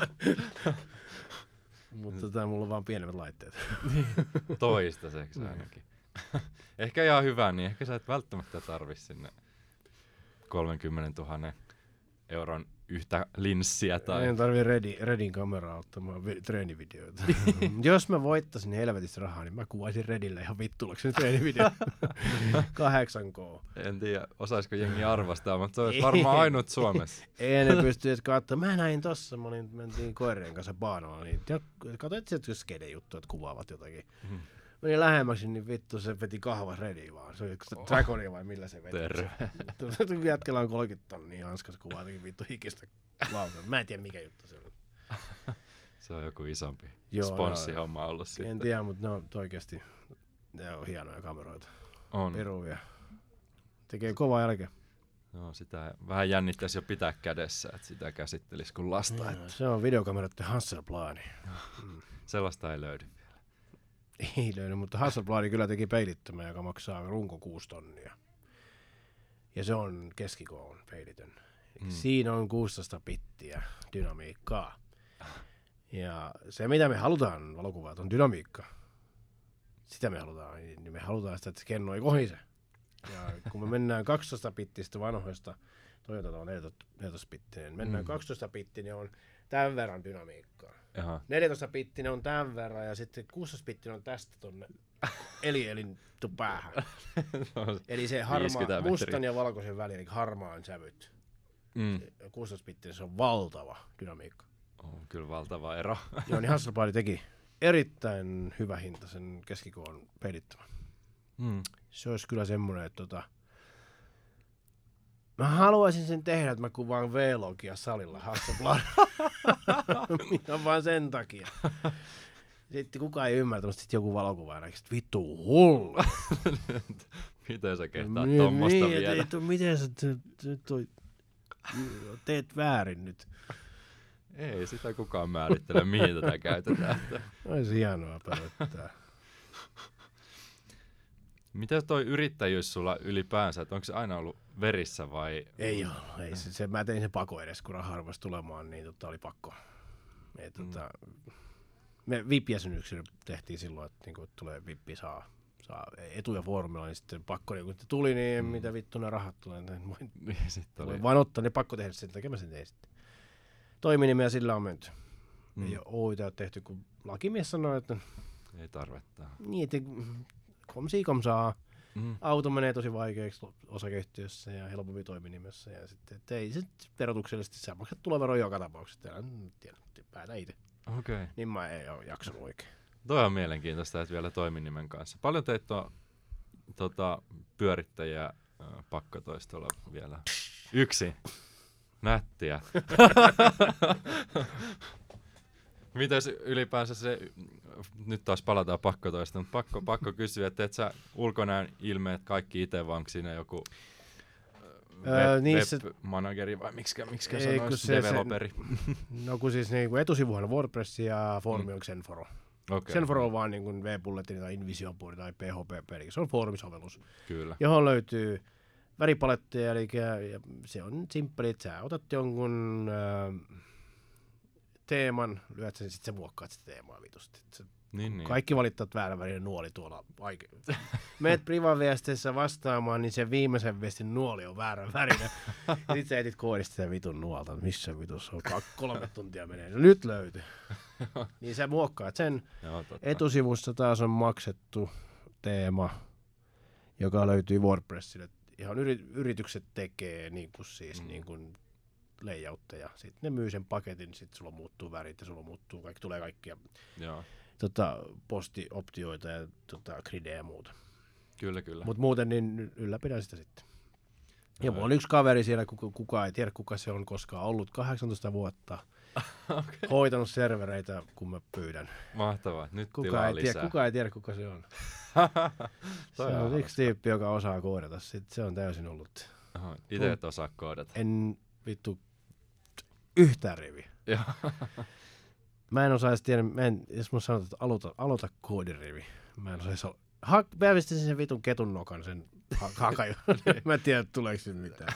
Mutta mulla on vaan pienemmät laitteet. Toistaiseksi ainakin. Ehkä ihan hyvä, niin ehkä sä et välttämättä tarvi sinne 30 000 euron yhtä linssiä. Tai... En tarvii Redin kameraa ottamaan treenivideoita. Jos mä voittaisin helvetistä rahaa, niin mä kuvaisin Redille ihan vittullakseni treenivideo. 8K. En tiedä, osaisiko jengi arvostaa, mutta se olisi varmaan ainut Suomessa. Ei ne pysty edes katsomaan. Mä näin tossa, mentiin koirien kanssa baanoilla, niin katsoit sieltä skede juttuja, että kuvaavat jotakin. Menin lähemmäksi, niin vittu se veti kahvas Rediin vaan. Se oli Dragonia vai millä se veti. Jätkellä on 30 tonnia hanskas kuvaa jotenkin vittu hikistä lautaa. Mä en tiedä mikä juttu se on. Se on joku isompi sponssihomma ollut sitten. En tiedä, mutta oikeasti ne on hienoja kameroita. On. Peruvia. Tekee kovaa jälkeen. No, sitä vähän jännittäisi jo pitää kädessä, että sitä käsittelisi kun lasta. Se on videokameroiden Hasselblad. Sellaista ei löydy. Ei löydy, mutta Hasselblad kyllä teki peilittömän, joka maksaa runko 6 tonnia. Ja se on keskikoon peilitön. Siinä on 16 bittiä dynamiikkaa. Ja se mitä me halutaan valokuvat on dynamiikka. Sitä me halutaan. Niin me halutaan sitä, että se kenno ei kohise. Ja kun me mennään 12 bittistä vanhoista, Toyota on 14 bittinen, mennään 12 bittinen on tämän verran dynamiikkaa. Jaha. 14 bittinen on tämän verran ja sitten 16 bittinen on tästä tonne elin päähän. Eli se mustan ja valkoisen väli, eli harmaan sävyt. 16 bittinen se on valtava dynamiikka. On kyllä valtava ero. Joo, niin Hasselblad teki erittäin hyvä hinta sen keskikoon peilittömän. Se olisi kyllä semmoinen, että mä haluaisin sen tehdä, että mä kuvaan V-logia salilla Hasselblad. Mitä vaan sen takia. Sitten kukaan ei ymmärtänyt, sitten joku valokuva näki, että vittu hullu. Miten sä kehtaat tommosta viedä? Miten sä teet väärin nyt? Ei sitä kukaan määrittele, mihin tätä käytetään. Olisi hienoa pölyttää. Miten toi yrittäjyys sulla ylipäänsä, että onko se aina ollut verissä vai? Ei ole, ei. Mä tein sen pako edes, kun raha arvasi tulemaan, niin oli pakko. Me VIP-jäsenyksillä tehtiin silloin, että niinku, tulee VIP, saa etuja foorumilla, niin sitten pakko, niin kun tuli, niin mitä vittu ne rahat tulee. Voin vaan ottaa, niin pakko tehdä sen takia, mä sen tein sitten. Toiminimeä sillä on menty. Ei ole oita tehty, kun lakimies sanoi, että ei tarvetta. Niin, että komsaa. Auto menee tosi vaikeaksi osakeyhtiössä ja helpompi toiminimessä. Ja sitten, ei se verotuksellisesti, sä maksat tuloveron joka tapauksessa. En tiedä, päätä itse. Okay. Niin mä en ole jaksanut oikein. Toi on mielenkiintoista, että vielä toiminimen kanssa. Paljon teit pyörittäjä pakkatoistolla vielä? Yksi. Nättiä. Mites ylipäänsä se, nyt taas palataan pakkotoista, mutta pakko kysyä, että teet sä ulkonäön ilmeet kaikki itse, vaan onko siinä joku web-manageri vai miksikä sanoisi, developeri? No kun siis niin etusivuhan on WordPress ja foorumi on Xenforo. Okay. Xenforo on vaan niin kuin V-bulletin tai InVision tai PHP, eli se on foorumisovellus, Kyllä. Johon löytyy väripaletteja, eli se on simppeli, että sä otat jonkun teeman, lyöt sen, sitten sä muokkaat sitä teemaa vitusti. Niin. Kaikki valittavat väärän värinen nuoli tuolla. Meet privaviesteissä vastaamaan, niin sen viimeisen viestin nuoli on väärän värinen. Sitten sä etit koodista sitä vitun nuolta, missä vitussa on 3 tuntia menee. No nyt löytyy. Niin sä muokkaat sen. Joo, etusivussa taas on maksettu teema, joka löytyy WordPressille. Ihan yritykset tekee niin kuin siis niin kuin layoutteja. Sitten ne myy sen paketin, sitten sulla muuttuu värit ja sulla muuttuu tulee kaikkia postioptioita ja gridejä ja muuta. Kyllä. Mutta muuten niin ylläpidän sitä sitten. Ja mulla on yksi kaveri siellä, kuka ei tiedä kuka se on, koska on ollut 18 vuotta hoitanut servereitä, kun mä pyydän. Mahtavaa, nyt tilaa lisää. Kuka ei tiedä kuka se on. Se on yksi tyyppi, joka osaa koodata. Sitten se on täysin ollut. Itse et osaa koodata. En vittu yhtään riviä. Mä en osaa edes tiedä, jos mun sanotaan, että aloita koodirivi. Mä en osaa mä pistäisin sen vitun ketun nokan sen hakajon. Mä en tiedä, tuleeko sinne mitään.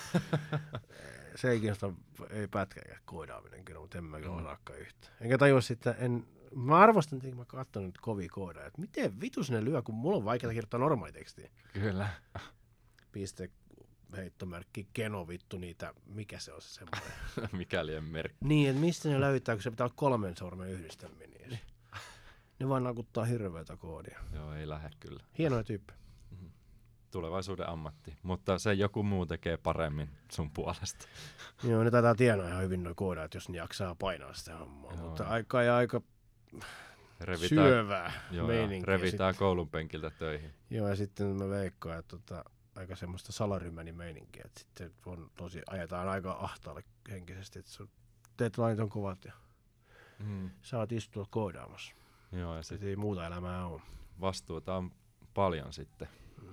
Se ei kiinnosta, ei pätkääkään koodaaminen kyllä, mutta en mä kyllä osaakaan yhtään. Enkä tajua sitten, mä arvostan, että mä katson nyt kovia koodaa, että miten vitus ne lyö, kun mulla on vaikeaa kirjoittaa normaalitekstiä. Kyllä. Piste, heittomerkki, keno vittu niitä, mikä se on se semmoinen. Mikäli merkki. Niin, että mistä ne löytää, kun se pitää olla 3 sormen yhdistelminen. Ne vaan nakuttaa hirveätä koodia. Joo, ei lähde kyllä. Hienoja tyyppi. Tulevaisuuden ammatti, mutta se joku muu tekee paremmin sun puolesta. Joo, ne taitaa tienaa ihan hyvin noin koodaat, jos ne jaksaa painaa sitä hommaa, mutta aika syövää meininkiä. Revitään koulun penkiltä töihin. Joo, ja sitten mä veikkaan, että aika semmoista salarimäni meininkiä, että sitten on ajetaan aika ahtaalle henkisesti, että sun deadline on kovat ja saat istua koodaamassa. Joo, ja sitten ei muuta elämää ole. Vastuuta on paljon sitten.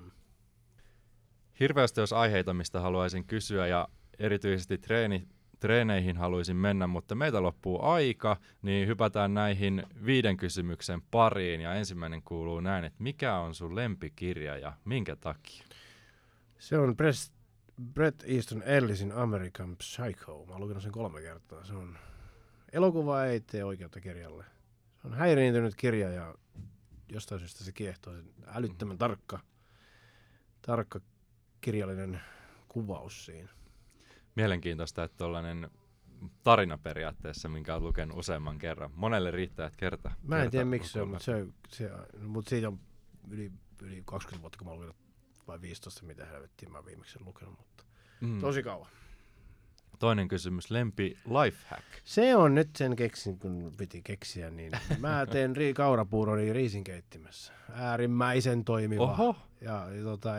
Hirveästi olisi aiheita, mistä haluaisin kysyä ja erityisesti treeneihin haluaisin mennä, mutta meitä loppuu aika, niin hypätään näihin 5 kysymyksen pariin ja ensimmäinen kuuluu näin, että mikä on sun lempikirja ja minkä takia? Se on Bret Easton Ellisin American Psycho. Mä oon lukenut sen 3 kertaa. Se on elokuva ei tee oikeutta kirjalle. Se on häiriintynyt kirja ja jostain syystä se kiehtoo sen älyttömän tarkka kirjallinen kuvaus siinä. Mielenkiintoista, että tuollainen tarina periaatteessa, minkä olet lukenut useamman kerran. Monelle riittää, että kerta. Mä en tiedä miksi se on, mutta siitä on yli 20 vuotta, kun mä oon lukenut, vai 15, mitä helvettiin mä viimeksi lukenut, mutta tosi kauan. Toinen kysymys, lempi lifehack. Se on nyt sen keksin, kun piti keksiä, niin mä teen kaurapuuroni riisinkeittimessä. Äärimmäisen toimiva. Oho. Ja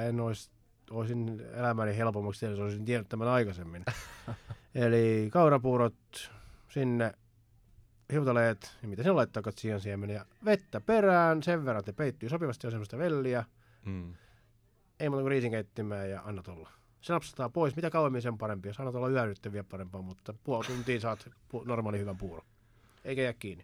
olisin elämäni helpommaksi jos olisin tiennyt tämän aikaisemmin. Eli kaurapuurot sinne, hiutaleet, ja mitä sen laittaa katsian siemen, ja vettä perään, sen verran, että peittyy sopivasti, on semmoista velliä. Ei muuta kuin riisinkeittimään ja annat olla. Se napsataan pois, mitä kauemmin sen parempi. Jos annat olla yön nyt vielä parempaa, mutta puoli tuntia saat normaali hyvän puuron. Eikä jää kiinni.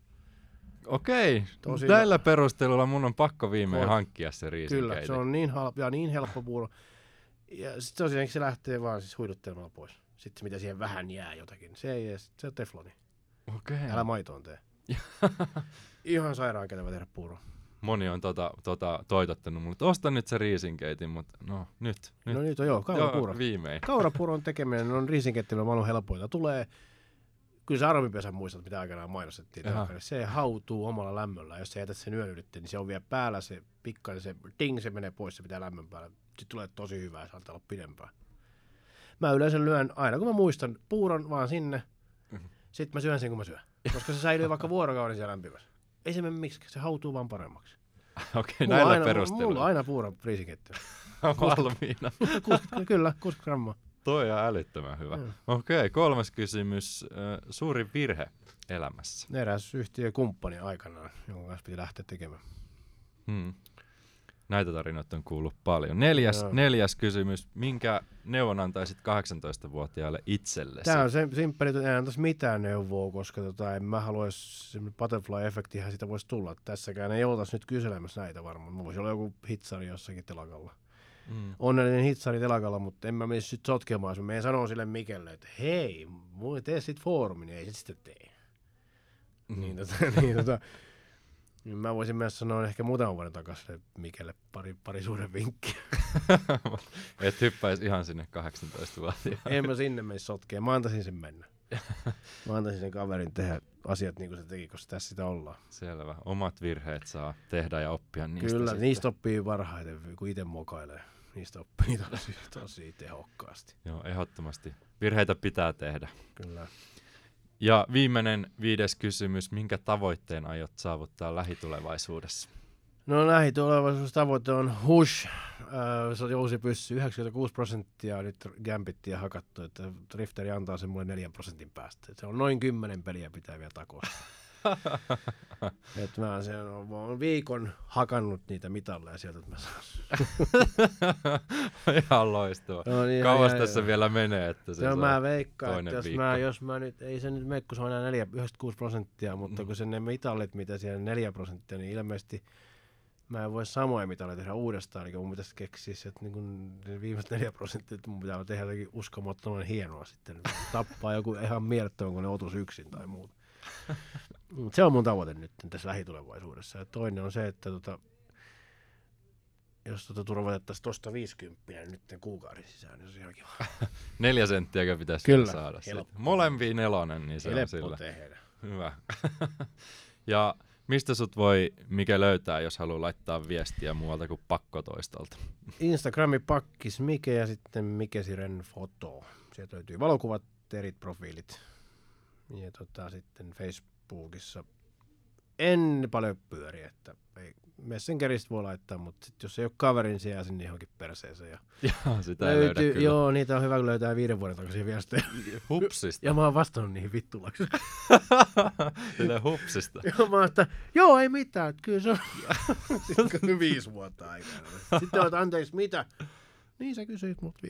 Okei, näillä perusteluilla mun on pakko viimein hankkia se riisinkeitin. Kyllä, se on niin helppo puuro. Ja sitten tosiaan se lähtee vaan siis huiduttelemalla pois. Sitten mitä siihen vähän jää jotakin. Se on tefloni. Okei. Älä maitoon tee. Ihan sairaan kätevä tehdä puuro. Moni on toitottanut mulle, että osta nyt se riisinkeitin, mutta nyt. No nyt on kaurapuuro. Viimein. Kaurapuuron tekeminen on riisinkeittimellä maailman helpoita. Tulee, kyllä se aromipesän muistat, mitä aikanaan mainostettiin. Se hautuu omalla lämmöllä. Jos sä jätät sen yön ylitte, niin se on vielä päällä se pikkainen, se ding, se menee pois, se pitää lämmön päällä. Sitten tulee tosi hyvää, se saattaa olla pidempään. Mä yleensä lyön aina, kun mä muistan, puuron vaan sinne. Sitten mä syön sen, kun mä syön. Koska se säilyy vaikka vuorokauden siellä lämpimässä. Ei se mene miksi, se hautuu vaan paremmaksi. Okei, näillä perusteluilla. Mulla on aina puuron riisinkeittiö. Valmiina. Kyllä, 60 grammaa. Toi on älyttömän hyvä. Okei, 3. kysymys. Suuri virhe elämässä? Eräs yhtiökumppani aikanaan, jonka kanssa piti lähteä tekemään. Näitä tarinoita on kuullut paljon. Neljäs kysymys. Minkä neuvon antaisit 18-vuotiaalle itsellesi? Tämä on simppeli, että en antaisi mitään neuvoa, koska en mä haluaisi, butterfly-efektihän sitä voisi tulla. Tässäkään ei oltaisi nyt kyselemässä näitä varmaan. Mä voisi olla joku hitsari jossakin telakalla. Onnellinen hitsari telakalla, mutta en mä menisi nyt sotkemaan. Mä menen sanoa sille Mikelle, että hei, tee sit foorumin, niin ei sit sitä tee. Niin mä voisin myös sanoa ehkä muutaman vuoden takaisin Mikelle pari suuren vinkkiä. Et hyppäisi ihan sinne 18-vuotiaan. En mä sinne menisi sotkeen. Mä antaisin sen mennä. Mä antaisin sen kaverin tehdä asiat niin kuin se teki, koska tässä sitä ollaan. Selvä. Omat virheet saa tehdä ja oppia niistä. Kyllä, sitten. Niistä oppii parhaiten, kun itse mokailee. Niistä oppii tosi tehokkaasti. Joo, ehdottomasti. Virheitä pitää tehdä. Kyllä. Ja viimeinen 5. kysymys. Minkä tavoitteen aiot saavuttaa lähitulevaisuudessa? No lähitulevaisuustavoite on Hush. Se on uusi pyssy, 96% nyt Gambittia hakattu, että Drifteri antaa sen mulle 4% päästä. Se on noin 10 peliä pitää vielä takossa. Että mä olen viikon hakannut niitä mitalleja sieltä, että mä saan. Ihan loistava. No niin, Kauas tässä vielä menee, että se on mä veikkaan, että jos mä nyt, ei se nyt mene, kun se on enää 96%, mutta kun se ne mitallit, mitä siellä 4%, niin ilmeisesti mä en voi samoja mitalleja tehdä uudestaan, niin mun pitäisi keksiä, että niin kun ne viimeiset 4%, että mun pitää tehdä jotakin uskomattoman hienoa sitten. Tappaa joku ihan mielettömän, kun ne otus yksin tai muuta. Se on mun tavoite nyt tässä lähitulevaisuudessa. Ja toinen on se, että jos turvatettaisiin tuosta 50 nyt kuukauden sisään, niin se on ihan kiva. 4 senttiäkö pitäisi kyllä saada? Molempiin 4, niin se helppo on sillä. Tehdä. Hyvä. Ja mistä sut voi Mike löytää, jos haluaa laittaa viestiä muualta kuin Pakkotoistolta? Instagrami pakkis Mike ja sitten Mike Siren foto. Sieltä löytyy valokuvat, eri profiilit. Ja sitten Facebookissa en paljon pyöri, että Messengeristä voi laittaa, mutta sit jos ei ole kaverin, niin se jää sinne johonkin perseeseen. Ja sitä ei löydä kyllä. Joo, niitä on hyvä, kun löytää 5 vuoden takaisin viestejä. Hupsista. Ja mä oon vastannut niihin vittulaksi. Sille hupsista. Joo, mä oon, että joo, ei mitään, kyllä se on. Sitten 5 vuotta aikaa. Sitten oot, anteeksi, mitä? Niin sä kysyit mut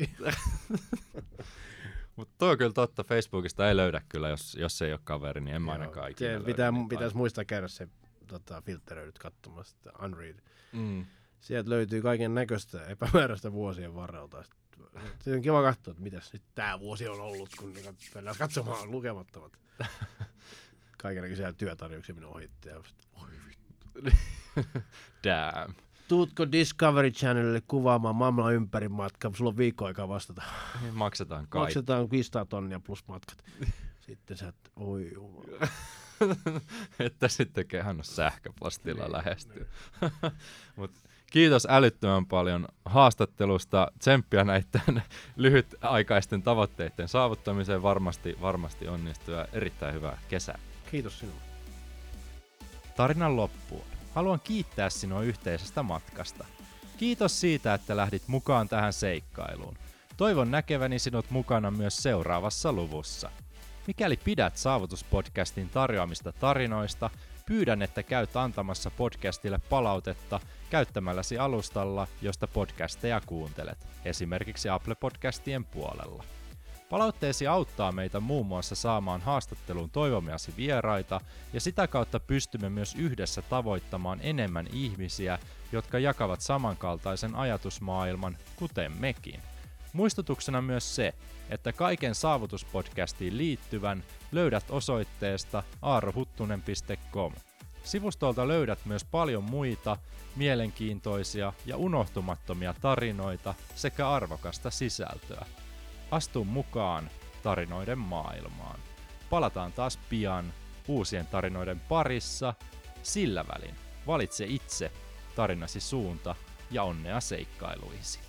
Mutta toi on kyllä totta, Facebookista ei löydä kyllä, jos ei ole kaveri, niin en mä ainakaan ikinä löydä. Pitäisi muistaa käydä se filtteröidyt katsomassa sitä Unread. Sieltä löytyy kaiken näköistä epämääräistä vuosien varrelta. Se on kiva katsoa, että mitäs nyt tää vuosi on ollut, kun mennään katsomaan lukemattomat. Kaikennäköisiä työtarjouksia minun ohitti. Oi vittu. Damn. Tuutko Discovery Channelille kuvaamaan maailman ympäri matkaa? Sulla on viikko aikaa vastata. Maksetaan kaikki. Maksetaan 500 tonnia plus matkat. Sitten sä, oi jumala. Että sitten kehannut sähköpostilla lähestyy. Mut kiitos älyttömän paljon haastattelusta. Tsemppiä näiden lyhytaikaisten tavoitteiden saavuttamiseen. Varmasti onnistuu ja erittäin hyvää kesää. Kiitos sinulle. Tarinan loppuun. Haluan kiittää sinua yhteisestä matkasta. Kiitos siitä, että lähdit mukaan tähän seikkailuun. Toivon näkeväni sinut mukana myös seuraavassa luvussa. Mikäli pidät Saavutuspodcastin tarjoamista tarinoista, pyydän, että käyt antamassa podcastille palautetta käyttämälläsi alustalla, josta podcasteja kuuntelet, esimerkiksi Apple Podcastien puolella. Palautteesi auttaa meitä muun muassa saamaan haastatteluun toivomiasi vieraita, ja sitä kautta pystymme myös yhdessä tavoittamaan enemmän ihmisiä, jotka jakavat samankaltaisen ajatusmaailman, kuten mekin. Muistutuksena myös se, että kaiken Saavutuspodcastiin liittyvän löydät osoitteesta aarohuttunen.com. Sivustolta löydät myös paljon muita mielenkiintoisia ja unohtumattomia tarinoita sekä arvokasta sisältöä. Astu mukaan tarinoiden maailmaan. Palataan taas pian uusien tarinoiden parissa. Sillä välin valitse itse tarinasi suunta ja onnea seikkailuisi.